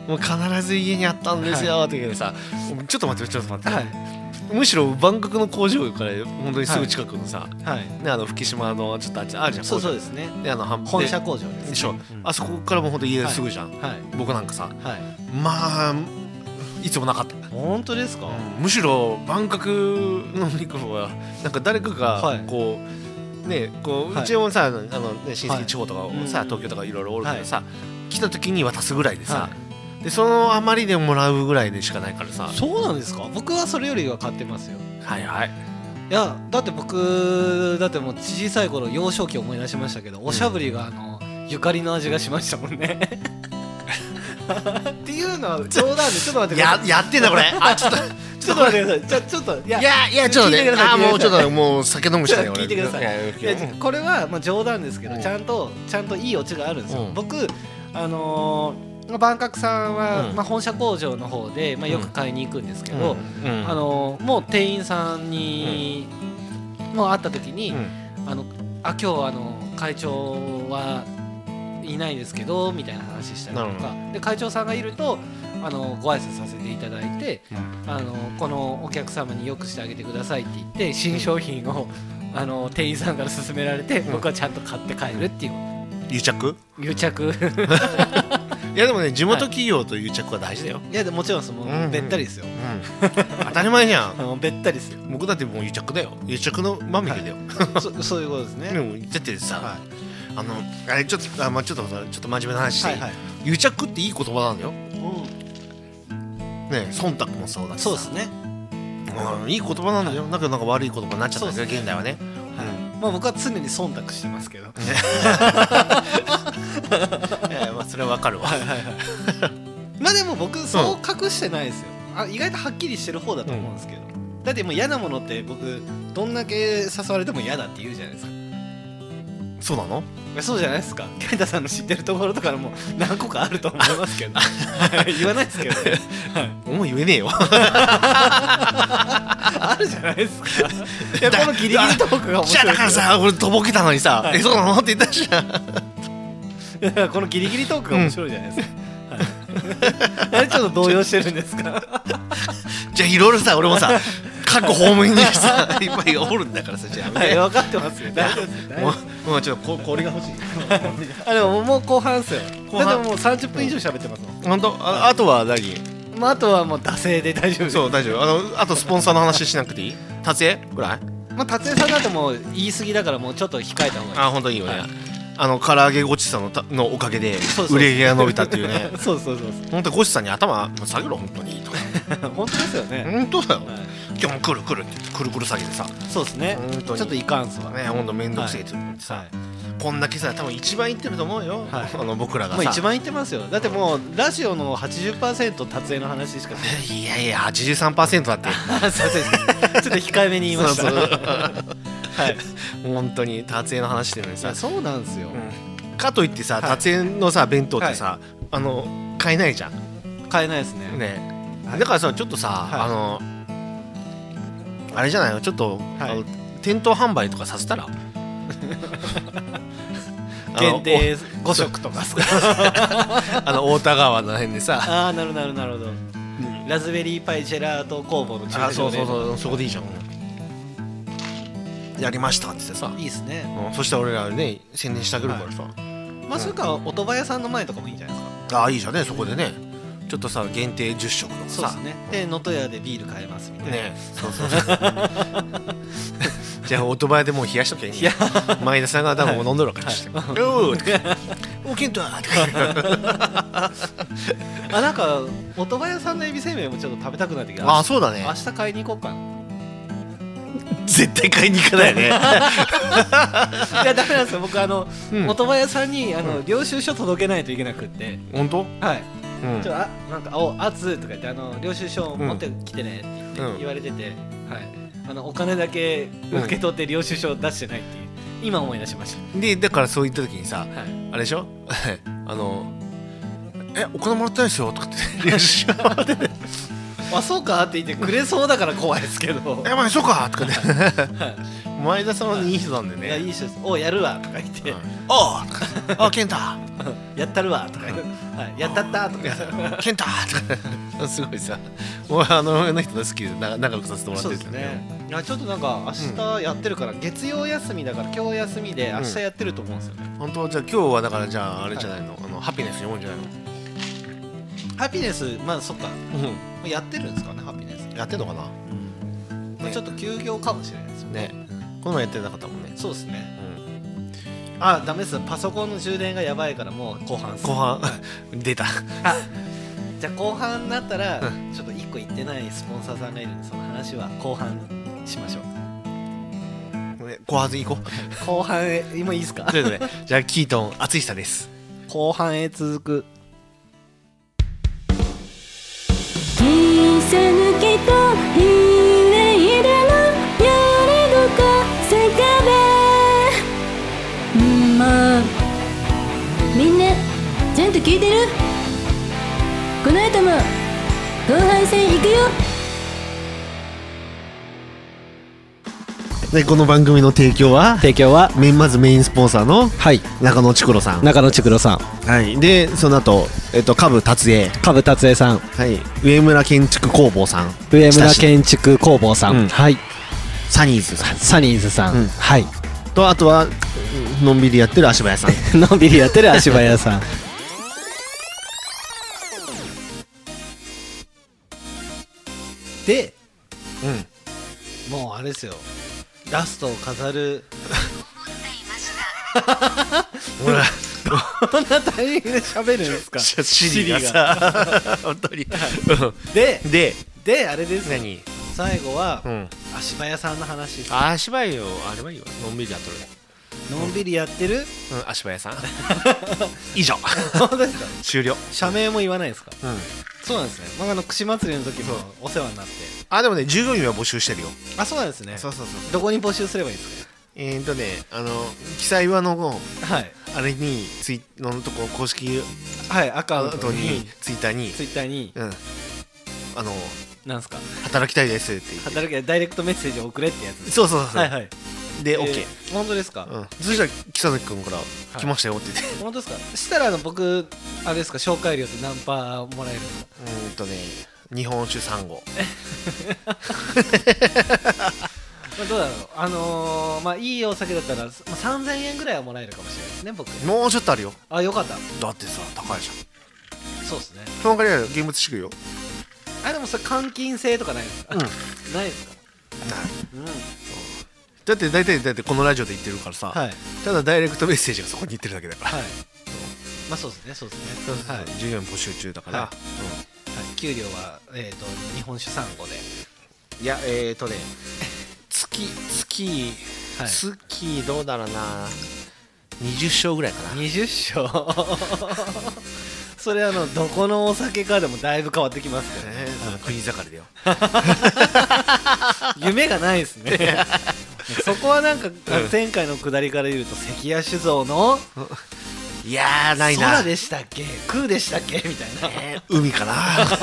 もう必ず家にあったんですよって言うけどさ、ちょっと待ってちょっと待って、はい、むしろ万博の工場から本当にすぐ近くのさ、はい、ね、あの吹島のちょっとあっちあるじゃん。 そうそうですね。 であの本社工場です、ね、 でしょ、うん、あそこからも本当家すぐじゃん、はいはい、僕なんかさ、はい、まあいつもなかった。 本当ですか、 うん、むしろ万博の肉はなんか誰かがこう、はい、ねこう、はい、うちもさあの、ね、親戚地方とかさ、はい、東京とかいろいろおるけどさ、はい、来た時に渡すぐらいでさ、はい、でその余りでもらうぐらいでしかないからさ。 そうなんですか。僕はそれよりは買ってますよ。 はいはい。 いやだって僕だってもう小さい頃幼少期思い出しましたけど、おしゃぶりがあの、うん、ゆかりの味がしましたもんねっていうのは冗談でちょっと待ってください。 や, やってんだこれあちょっとちょっと待ってください。ちょちょっといやいやいやちょっとね、あもうちょっともう酒飲むしかない。 聞いてください。いやいやこれはまあ冗談ですけど、うん、ちゃんとちゃんといいオチがあるんですよ、うん、僕あのー万博さんは、うん、まあ、本社工場の方で、まあ、よく買いに行くんですけど、うんうん、あのもう店員さんに、うん、もう会った時に、うん、あのあ今日あの会長はいないですけどみたいな話したりとかで、会長さんがいるとあのご挨拶させていただいて、うん、あのこのお客様によくしてあげてくださいって言って新商品をあの店員さんから勧められて、うん、僕はちゃんと買って帰るっていう癒着癒着いやでもね地元企業と癒着は大事だよ。 いやでももちろんです、もう、うんうん、べったりですよ、 うん、当たり前じゃんべったりですよ。 僕だってもう癒着だよ。癒着のまみれだよ、 はい、そ, そういうことですね。 でもだってさ、はい、あのあれちょっとあ、まあ、ちょっとちょっと真面目な話して、はいはい、癒着っていい言葉なんだよ、うん、ね忖度もそうだしさ。 そうですね、 うん、いい言葉なんだよ、はい、なんかなんか悪い言葉になっちゃったんですよ現代はね、 はい、うん、まあ、僕は常に忖度してますけどいやまあそれはわかるわ、はいはいはい、 まあでも僕そう隠してないですよ、うん、あ意外とはっきりしてる方だと思うんですけど、うん、だってもう嫌なものって僕どんだけ誘われても嫌だって言うじゃないですか。 そうなの？ そうじゃないですか。健太さんの知ってるところとかも何個かあると思いますけど言わないですけどね、 はい、もう言えねえよあるじゃないですか。いやこのギリギリトークが面白い。 だからさ俺とぼけたのにさ、はい、えそうなのって言ったじゃん。いやこのギリギリトークが面白いじゃないですか、うん、はい、何ちょっと動揺してるんですかじゃあいろいろさ俺もさ各方面にさいっぱいおるんだからさ、じゃあ、 はい、分かってますよ。大丈夫です。 もう、もうちょっとこ氷が欲しいあでももう後半ですよ。後半でももうさんじゅっぷん以上喋ってますもん。 本当？あ、あとは何？ まああとはもう惰性で大丈夫です。 そう大丈夫。あのあとスポンサーの話しなくていい？ 達也ぐらい。 まあ達也さんだともう言い過ぎだからもうちょっと控えた方がいい。 あ本当にいいよね、はい、あの唐揚げごちさん の, たのおかげで売れ毛が伸びたっていうねそうそうそう本当ごちさんに頭下げろ本当にとか本当ですよね。 本当だよ、 はい、 今日も来る来るってくるくる下げてさ。 そうですね、ちょっといかんすわね。本当めんどくせえって言ってさ、はい、こんだけさ多分一番いってると思うよ、はい、あの僕らがさもう一番いってますよ。だってもうラジオの はちじゅっパーセント 達也の話しかいやいや はちじゅうさんパーセント だってすいませんちょっと控えめに言いましたそうそうはい、 本当に達也の話してるのにさ。 そうなんですよ、 うん、かといってさ、はい、達也のさ弁当ってさ、はい、あの買えないじゃん。 買えないですね。 ね、はい、だからさちょっとさ、はい、あのあれじゃないのちょっと、はい、あの店頭販売とかさせたら限定ご食とかあの太田川の辺でさああなるほどなるほどなるほど、うん、ラズベリーパイジェラート工房の駐車場で。 そうそうそうそこでいいじゃん。やりましたって言ってさいいっすね、 うん、そしたら俺らね宣伝してあげるからさ、はい、 まあそれかお蕎麦屋さんの前とかもいいんじゃないですか。 ああいいじゃんねそこでねちょっとさ限定じゅっ食とかさ。 そうですね。で能登屋でビール買えますみたいなね。そうそうそうじゃあオートバイでもう冷やしときゃいいんだよ。前田さんが多分もう飲んどるからして「おーおケント!」とかあなんかオートバイ屋さんのエビせんべいもちょっと食べたくなってきた。 あそうだね。 明日買いに行こうかな。 絶対買いに行かないよねいやダメなんですよ僕あの、うん、オートバイ屋さんにあの、うん、領収書届けないといけなくって。 本当？ はい、うん、ちょあなんかおあつとか言ってあの領収書持ってきてねって言って、うん、言われてて、はい、あのお金だけ受け取って領収書出してないっていう、うん、今思い出しました。 でだからそういった時にさ、はい、あれでしょあのえお金もらったんですよとかって領収書あそうかって言ってくれそうだから怖いですけどえまあそうかとかね前田さんはいい人なんでね。 いやいい人です。おやるわとか言って、 おうあケンタやったるわとか言って、やったったとかケンタとかすごいさ俺あのの人が好きで仲良くさせてもらってるんですね。ちょっとなんか明日やってるから月曜休みだから今日休みで明日やってると思うんですよね。 本当じゃあ今日はだからじゃああれじゃないのあのハピネス読むんじゃないの。 ハピネスまあそっかやってるんですかね。ハピネスやってんのかな。 まあちょっと休業かもしれないですよね。 この前やってなかったもんね。 そうですね。あダメです。パソコンの充電がやばいからもう後半後半出た。 じゃあ後半になったらちょっといっこ言ってないスポンサーさんがいるんでその話は後半しましょう。 後半行こう後半へ今いいですか。 じゃあキートン淳久です。 後半へ続く。 切り抜けとひねいでのやれどかせかべまあみんなちゃんと聞いてる。この後も後半戦行くよ。 でこの番組の提供は提供はまずメインスポンサーのはい中野ちくろさん中野ちくろさんはいでその後えっと下部達也下部達也さんはい上村建築工房さん上村建築工房さん、うん、はいサニーズさんサニーズさん、うん、はいとあとはのんびりやってる足早さんのんびりやってる足早さんで、うん、もうあれですよラストを飾るほらどんなタイミングで喋るんですかシリがさ本当にででであれですよ何最後は、うん、足早さんの話です。 あ足早よあれはいいわのんびりやっとるのんびりやってる、 うん、足早さん以上本当ですか終了社名も言わないですか。 うん、 そうなんですね。まあ、あの串祭りの時もお世話になってあでもね従業員は募集してるよ。 あそうなんですね。 そうそうそうどこに募集すればいいですか。 えーっとねあの記載はのはいあれにツイのとこ公式はいアカウントにツイッターにツイッターにうんあのなんすか働きたいですって言って働きたいダイレクトメッセージを送れってやつ。 そうそうそうはいはいで、 えー、 OK 本当ですか。 うんそしたら木佐君から来ましたよって言って、 はい、本当ですか。したらあの僕あれですか紹介料って何パーもらえるんですか。 うーんとね日本酒さんごまあどうだろうあのー、まあいいお酒だったら、まあ、さんぜんえんぐらいはもらえるかもしれないですね僕。 もうちょっとあるよ。 あよかった。 だってさ高いじゃん。そうですね。 その代わりは現物支給よ。 あでもそれ換金制とかないですか。 うんないですか。 うん、だって大体だってこのラジオで言ってるからさ、はい、ただダイレクトメッセージがそこに言ってるだけだから、はい、 まあそうですねそうですねそうそうそう、はい、従業員募集中だから、はいうんはい、給料は、えー、と日本酒さんごでいやえーとね月月、はい、月どうだろうなにじゅっしょうぐらいかなにじゅっしょうそれあのどこのお酒かでもだいぶ変わってきますけどね、 えー、その国盛りだよ夢がないですねそこはなんか前回の下りから言うと関谷酒造のいやーないな空でしたっけ空でしたっけみたいな、 えー、海かな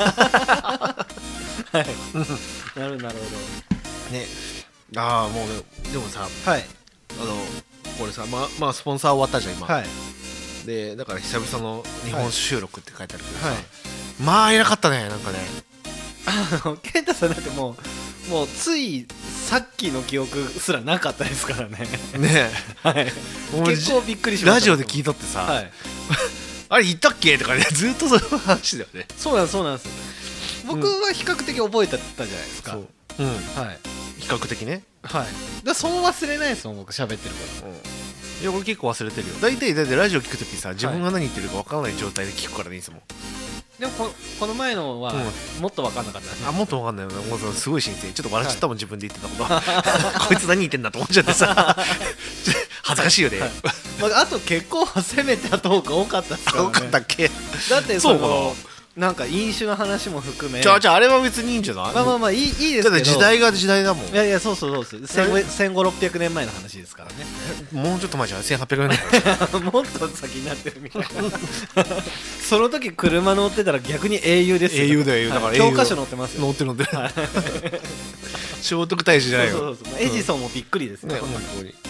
はいなるなるほどねああもうねでもさはいあのこれさまあまあスポンサー終わったじゃん今、 はい、 でだから久々の日本酒収録って書いてあるけどさ、はい、まあ偉かったねなんかねあの健太さんだってもうもうついさっきの記憶すらなかったですからねねえ、はい、結構びっくりしましたラジオで聞いとってさ、はい、あれ言ったっけとかねずっとその話だよねそうなんですそうなんです僕は比較的覚えてたじゃないですか、 うん、そう、うん、はい比較的ねはいだそう忘れないですもん僕喋ってるから、うん、 いや俺結構忘れてるよ大体だってラジオ聞くときさ自分が何言ってるか分からない状態で聞くからねいつもでも こ, この前のはもっと分かんなかった、ねうん、あもっと分かんないよねもうすごい新鮮ちょっと笑っちゃったもん、はい、自分で言ってたことこいつ何言ってんだと思っちゃってさ恥ずかしいよね、はいまあ、あと結構攻めたトーク多かったっすからね多かったっけだってそのなんか飲酒の話も含めじゃあじゃああれは別にいいんじゃないまあまあまあいい、いいですけどだって時代が時代だもんいやいやそうそうそうですせんごひゃく、ろっぴゃくねんまえの話ですからねもうちょっと前じゃんせんはっぴゃくねんもっと先になってるみたいなその時車乗ってたら逆に英雄ですよ英雄だよ英雄だから教科書載ってますよ載ってる載ってる、はい、聖徳太子じゃないよそうそうそうエジソンもびっくりですね、 ね本当に、はい、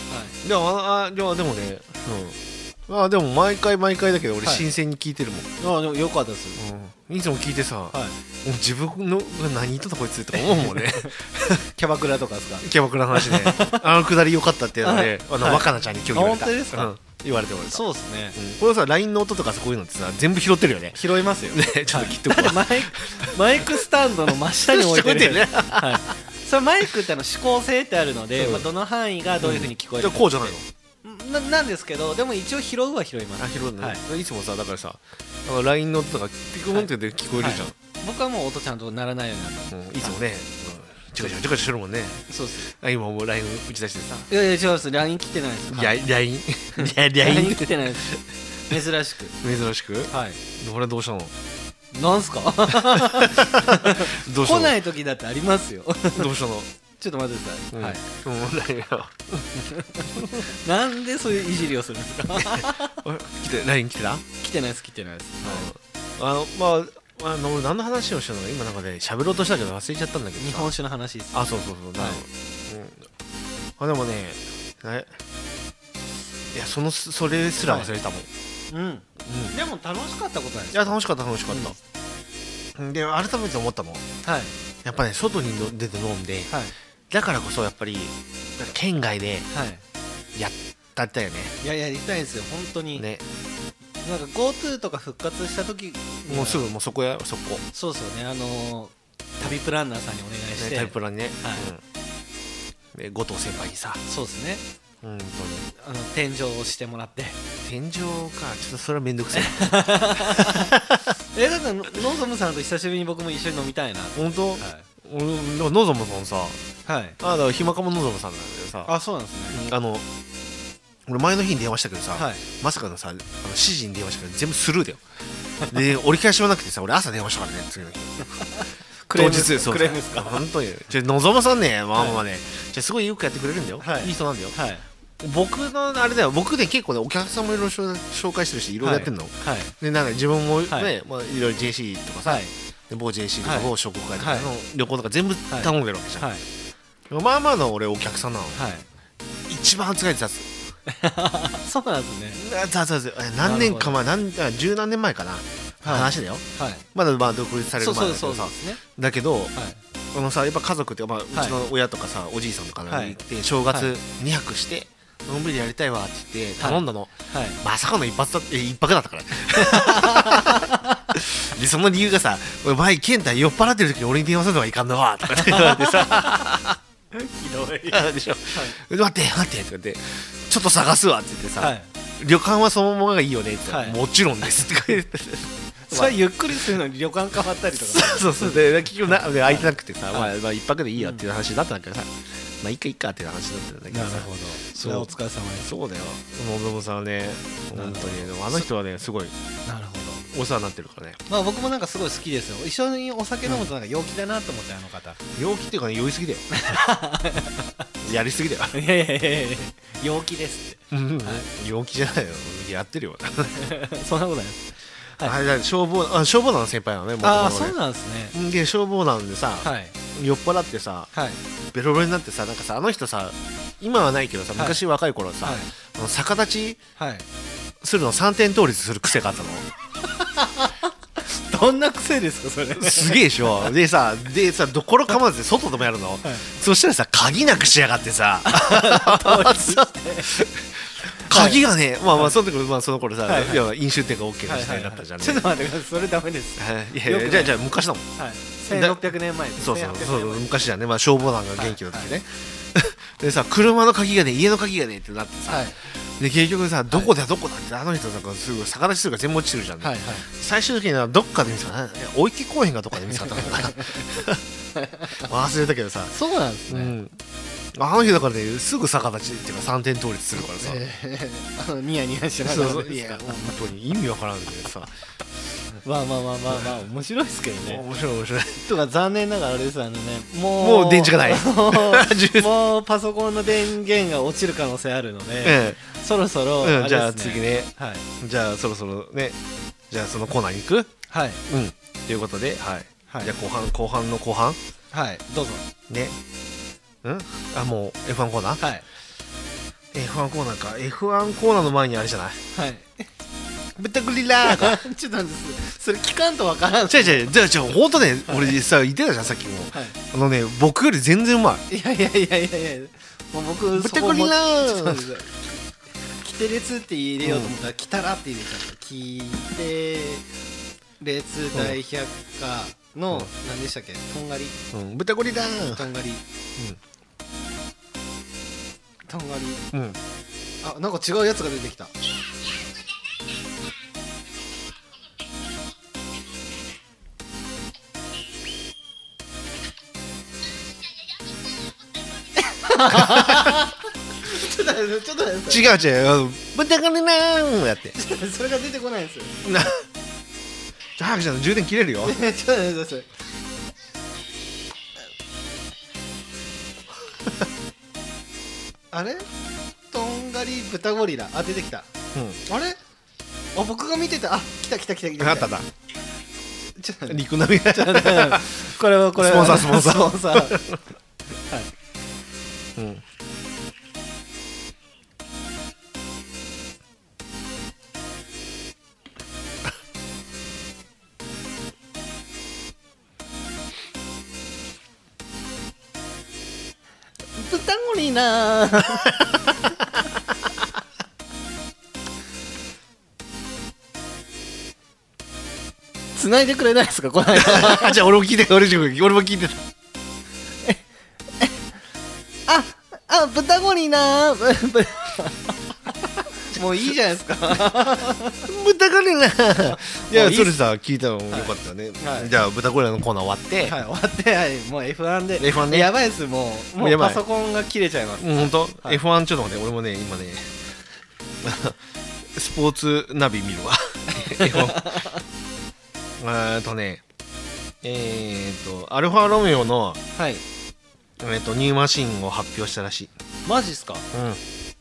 でもああでもねうんあでも毎回毎回だけど俺新鮮に聞いてるもん、 はい、あでもよかったです、 うん、いつも聞いてさ、はい、もう自分の何言っとったこいつとか思うもんねキャバクラとかですかキャバクラの話ねあのくだりよかったっていうので、あの、はい、若菜ちゃんに今日言われた本当ですか、うん、 言われてもらったそうですね、 うん、これさ ライン の音とかこういうのってさ全部拾ってるよね拾いますよねちょっと切っとくわマイク、マイクスタンドの真下に置いてるね、はい、それマイクってあの指向性ってあるので、うんまあ、どの範囲がどういう風に聞こえるか、 うん、じゃあこうじゃないのな, なんですけどでも一応拾うは拾いますあ拾うね、はい、いつもさだからさ ライン の音とかピコンって聞こえるじゃん、はいはい、 僕はもう音ちゃんと鳴らないようになった、 うん、いつもねチカチカチカチカしてるもんねそうです今もう ライン 打ち出してさいやいや違います ライン 来てないですライン ラインライン 来てないです珍しく珍しくはいこれどうしたのなんすかどうしたの来ない時だってありますよどうしたのちょっと待ってください、うん、はい問題よなんでそういういじりをするんですか来て ライン 来てた来てないです来てないです、 はい、あのまああの何の話をしたのか今なんかで喋ろうとしたけど忘れちゃったんだけど日本酒の話ですあそうそうそう、はいうん、あでもねえいやそのそれすら忘れたもん、 はいうんうん、でも楽しかったことないですかいや楽しかった楽しかった、うん、で改めて思ったの、はい、やっぱね外に出て飲んで、はい、だからこそやっぱり県外でやったったよね、 はい、いやいややりたいですよ本当にねなんか GoTo とか復活した時もうすぐもうそこやそこそうですよねあのー、旅プランナーさんにお願いして、 ね、旅プランね、はいうん、で後藤先輩にさそうですね本当にあの天井をしてもらって天井かちょっとそれはめんどくさいえだからノゾムさんと久しぶりに僕も一緒に飲みたいな本当、はい、俺ノゾムさんさはいあだから暇かもノゾムさんなんだけどさあそうなんですねあの俺前の日に電話したけどさ、はい、まさかのさあのしちじに電話したけど全部スルーだよで折り返しもなくてさ俺朝電話したからね次の日当日そうクレームですか本当にじゃのぞまさんねまあまあね、はい、じゃすごいよくやってくれるんだよ、はい、いい人なんだよ、はい、僕のあれだよ僕で結構ねお客さんもいろいろ紹介してるしいろいろやってんの、はいはい、でなんか自分もね、はいまあ、いろいろ ジェーシー とかさ、はい、で某 ジェーシー とか某商工会とかの旅行とか全部頼んでるわけじゃん、はいはい、まあまあの俺お客さんなの、はい、一番扱いてたやつそうなんですねそうそうそう何年か前何十何年前かな、はい、話だよ、はい、まだまあ独立される前だけどさだけど、はい、このさやっぱ家族って、まあ、うちの親とかさ、はい、おじいさんとかに行って正月にはくしてのんびりやりたいわって言って頼んだの、はいはい、まさかの一発だって一泊だったからでその理由がさ前健太酔っ払ってる時に俺に電話するのはいかんのわとかって言われてさひどいでしょ、はい、待って待ってって言ってちょっと探すわって言ってさ、はい、旅館はそのままがいいよねって、はい、もちろんですって言ってそれゆっくりするのに旅館変わったりとかそうそうで結局な空いてなくてさ、まあ、まあ一泊でいいやっていう話だったんだけどさ、まあいいかいいかっていう話だったんだけどさ。 なるほど。それはお疲れ様です。 そうだよ。のぶのぶさんはね、本当にでもあの人はねすごい。 なるほど。お世話になってるからね。 まあ僕もなんかすごい好きですよ。一緒にお酒飲むとなんか陽気だなと思ってあの方。 陽気っていうかね酔いすぎだよ。やりすぎだよ。 いやいやいやいや陽気ですって。はい、 陽気じゃないよ。やってるよ。 そんなことないです。 はい、消防あ消防団の先輩なのね。 ああそうなんですね。 で消防団でさ、はい、酔っ払ってさ、はい、ベロベロになってさなんかさあの人さ今はないけどさ昔若い頃さ、はい、あの逆立ちするのさんてん倒立する癖があったの。 どんな癖ですかそれ。 すげえでしょ。でさでさどころ構わず外でもやるの、はい、そしたらさ鍵なくしやがってさ。鍵がね、まあまあその時まあその頃さ、いや飲酒店が OK な時代だったじゃんね。 ちょっと待ってください、それダメです。 いやいやじゃあじゃあ昔だもん。 せんろっぴゃくねんまえです。 そうそうそう昔じゃね、まあ消防団が元気の時ね。でさ車の鍵がね家の鍵がねってなってさ、で結局さどこだどこだってあの人なんかすぐ逆立ちするから全部落ちてるじゃんね。最終的にはどっかで見つかった、お池公園がどっかで見つかったのかな。忘れたけどさ。 そうなんですね。 あの日だからねすぐ逆立ちっていうかさんてん倒立するからさ、 えー、あのニヤニヤしながらそうそういや本当に意味わからんけどさまあまあまあまあまあ面白いですけどね。 面白い面白いとか残念ながらあれですあのねもうもう電池がないもうパソコンの電源が落ちる可能性あるので、ええ、そろそろ、 うん、じゃあ次ね、はい、じゃあそろそろねじゃあそのコーナーに行くはいうんということで、はいはい、じゃあ後半後半の後半はいどうぞねんあもう エフワン コーナーはい エフワン コーナーか エフワン コーナーの前にあれじゃないはいぶったくりらーかちょっと待ってそれ聞かんとわからん。 違う違うじゃあじゃあほんとね、はい、俺さ言ってたじゃんさっきも、はい、あのね僕より全然うまい。 いやいやいやいやいやもう僕ぶったくりらーキテレツって入れようと思ったら、うん、キタラって入れちゃった。キテレツ大百科の、うん、何でしたっけとんがり、 うん、ぶったくりらーとんがり、うん、とんがり、うん、あなんか違うやつが出てきた。ちょっと待ってちょっと待って違う違うぶったくりらーやってそれが出てこないんですよ。 じゃあ早くしないと充電切れるよ。 ちょっと待ってください。あれとんがり豚ゴリラあ出てきた、うん、あれあ僕が見てたあ来た来た来た来たあっただちょっと陸並みがこれはこれはスポンサースポンサースポンサーはいうん豚ゴリラ繋いでくれないですかこの間。 あじゃあ俺も聞いてた俺も聞いてた。 ああ豚ゴリラもういいじゃないですか。 豚ゴリラいやそれさ聞いたのもよかったね、はい、じゃあ豚ゴリラのコーナー終わってはい終わってはいもう エフワン でエフワン ねやばいですもうもうパソコンが切れちゃいます。 うんほんと、はい、エフワン ちょっと待って俺もね今ねスポーツナビ見るわ。エフワンえっとねえー、っとアルファロメオの、はいえー、っとニューマシンを発表したらしい。 マジっすか。 うん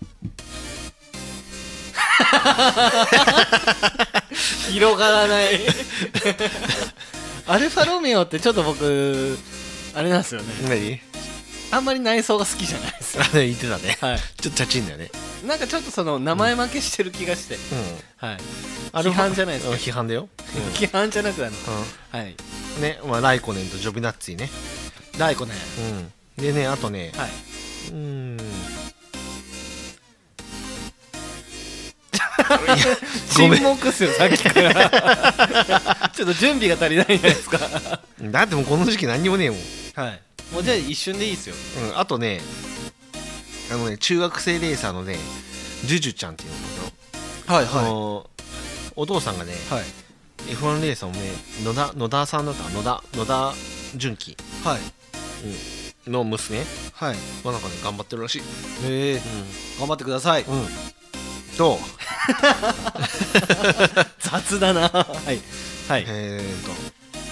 広がらないアルファロメオってちょっと僕あれなんですよね。 何あんまり内装が好きじゃないですよ。 言ってたね、はい、ちょっとチャチいんだよね。 なんかちょっとその名前負けしてる気がして、うんはい、批判じゃないですか。 批判だよ、 うん、批判じゃなくてあの、うん、はいねまあライコネンとジョビナッツィね。 ライコネン、 うん、でねあとね、 はい、 うーん沈黙っすよさっきからちょっと準備が足りないじゃないですか。 だってもうこの時期何にもねえもん。 はいもうじゃあ一瞬でいいですよ。 うん、あとねあのね中学生レーサーのねジュジュちゃんっていうのはいあのお父さんがね、 はいエフワン レーサーをね野田野田さんだった野田野田純喜、 はいうん、の娘はい。 まあなんかね頑張ってるらしい。 へえ、頑張ってください。 うん、うん、と雑だな。はいはいえーと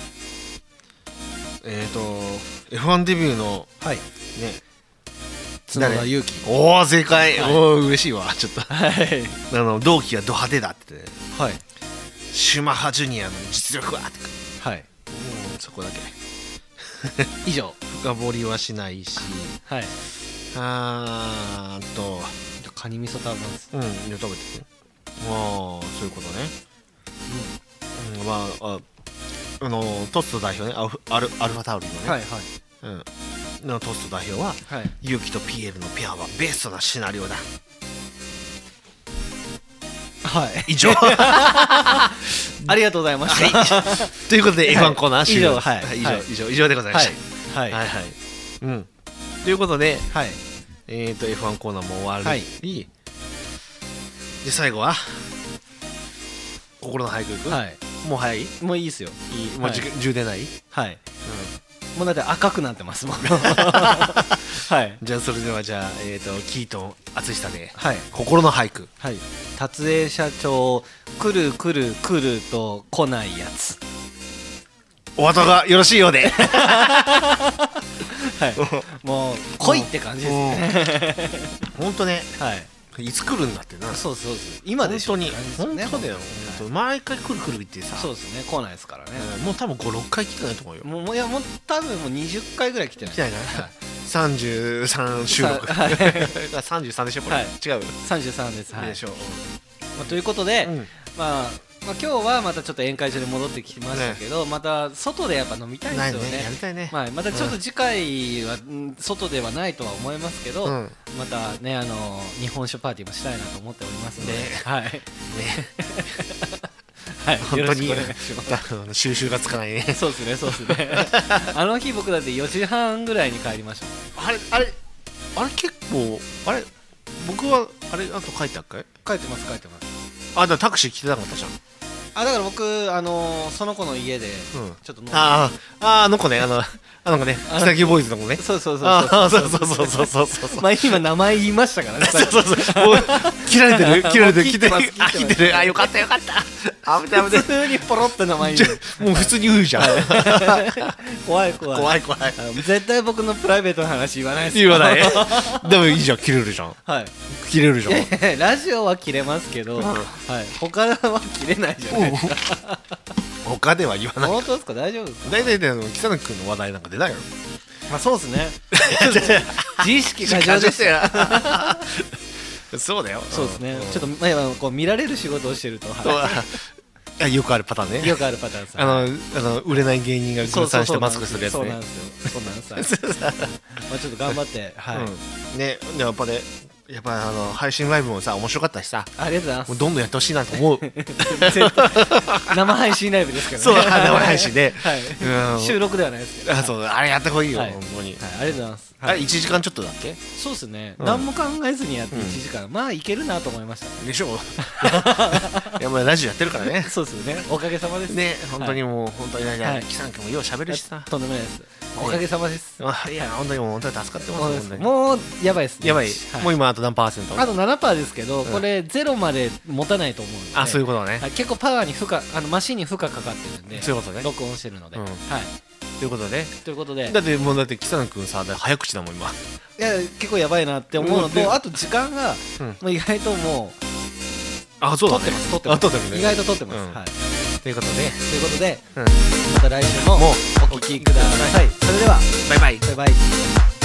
えーと エフワン デビューのはい。 ね角田裕樹。 おお正解、 はい、 おお嬉しいわちょっとはいあの同期がド派手だって、ね、 はいシュマハジュニアの実力はってはい。 うんそこだけ以上。 深掘りはしないしはい。 あーっとカニ味噌食べます。 うんいや食べてねああそういうことねうん、うん、まあああのトスト代表ねアルフアルアルファタウリのねはいはいうんのトスト代表ははい。 ユキとピエールのペアはベストなシナリオだはい。 以上ありがとうございました。 ということで エフワン コーナー終了です、 はい以上はい以上以上以上でございました、 はいはいはいうんということではい。 えーと エフワン コーナーも終わり、 ははいい、で最後は心の俳句いく、 はい。 もう早いいもういいですよ。 いもうじ、 はい充電ない、 はい。もうだって赤くなってますもん。はい。 じゃあそれではじゃあ、えー、とキートン淳久ではい。 心の俳句はい。達江社長、来る来る来ると来ないやつ。 お後がよろしいようではい。もう来いって感じですね。 本当ねはい。 いつ来るんだってなそうそうそう。今でしょ本当にって感じですよね。 本当だよ、 はい本当毎回来る来る言ってさそうですね。来ないですからね。 うんもう多分ご、ろっかい来てないと思うよもうもういやもう多分もうにじゅっかいぐらい来てない。 来てないなはいさんじゅうさん収録さはいさんじゅうさんでしょこれ、 はい違うさんじゅうさんです。はい。 でしょう、 まあということで、 うんまあ、まあ今日はまたちょっと宴会場に戻ってきましたけど、また外でやっぱ飲みたいですよないねやりね。 たいね、 まあ、またちょっと次回は、うん外ではないとは思いますけど、 うんまたねあの日本酒パーティーもしたいなと思っておりますので、 ねはい、 ねはい、 本当によろしくお願いします。 あの収集がつかないねそうですね、そうですね。あの日僕だってよじはんぐらいに帰りました。 あれあれあれ結構あれ僕はあれあと書いてあっかい帰ってます、帰ってます。 あだからタクシー来てなかったじゃんあ、だから僕あのその子の家でうんちょっと飲んで、 あーあーあの子ねあのあの子ねあ草木ボーイズの子ねそうそうそうあそうあそうそうそうそうそうそうそうまあ今名前言いましたからね。 そうそうそうもう切られてる切られてるもう切ってます切あ切ってるあよかったよかったあ危ない危ない普通にポロって名前言う。 もう普通に言うじゃん怖い怖い。 怖い怖いあの絶対僕のプライベートの話言わないです言わないでもいいじゃん切れるじゃんはい。 切れるじゃんいやいやラジオは切れますけど、はい。他は切れないじゃないですか。 他では言わない本当ですか、大丈夫ですか。 大体ねあの北野君の話題なんか出ないよまあそうですね。自意識過剰ですよ。 そうだよそうですねん。 ちょっとまあこう見られる仕事をしてると、 そうはあよくあるパターンい、 ねよくあるパターンです。 あのあの売れない芸人が分散してマスクするやつねそうなんですよ。そうなんですよ。まあちょっと頑張って、はい。 うんねでやっぱねやっぱあの配信ライブもさ面白かったしさありがとうございますもう。どんどんやってほしいなと思う絶対生配信ライブですからね。 そう生配信ではい。 うん収録ではないですけど。 あそうあれやってほしいよはい本当にはい、ありがとうございます。 あれいちじかんちょっとだっけそうですね、 うん何も考えずにやっていちじかん、まあいけるなと思いました。 でしょいやまあラジオやってるからねそうですよね、おかげさまです。 ね本当にもう本当にねはいキサン君もよう喋るしさとんでもないです。おかげさまです。 あいや本当にもう本当に助かってますもう本当にもうやばいですね。 やばいはいもう今あと何パーセントあと ななパーセント ですけど、 んこれゼロまで持たないと思うので、 あそういうことねはい、結構パワーに負荷、あのマシンに負荷かかってるんで、 そういうことね録音してるので、 うんはい。 ということでということで、 だってもうだってキサン君さ早口だもん今いや結構やばいなって思うのうんでと、あと時間が、 うんもう意外ともうあそうだね撮ってます、撮ってます。 あ撮ってるね意外と撮ってます。 うんはい。 ということでということで、 うんまた来週ももうお聞きください。それでは、 バイバイバイバイ。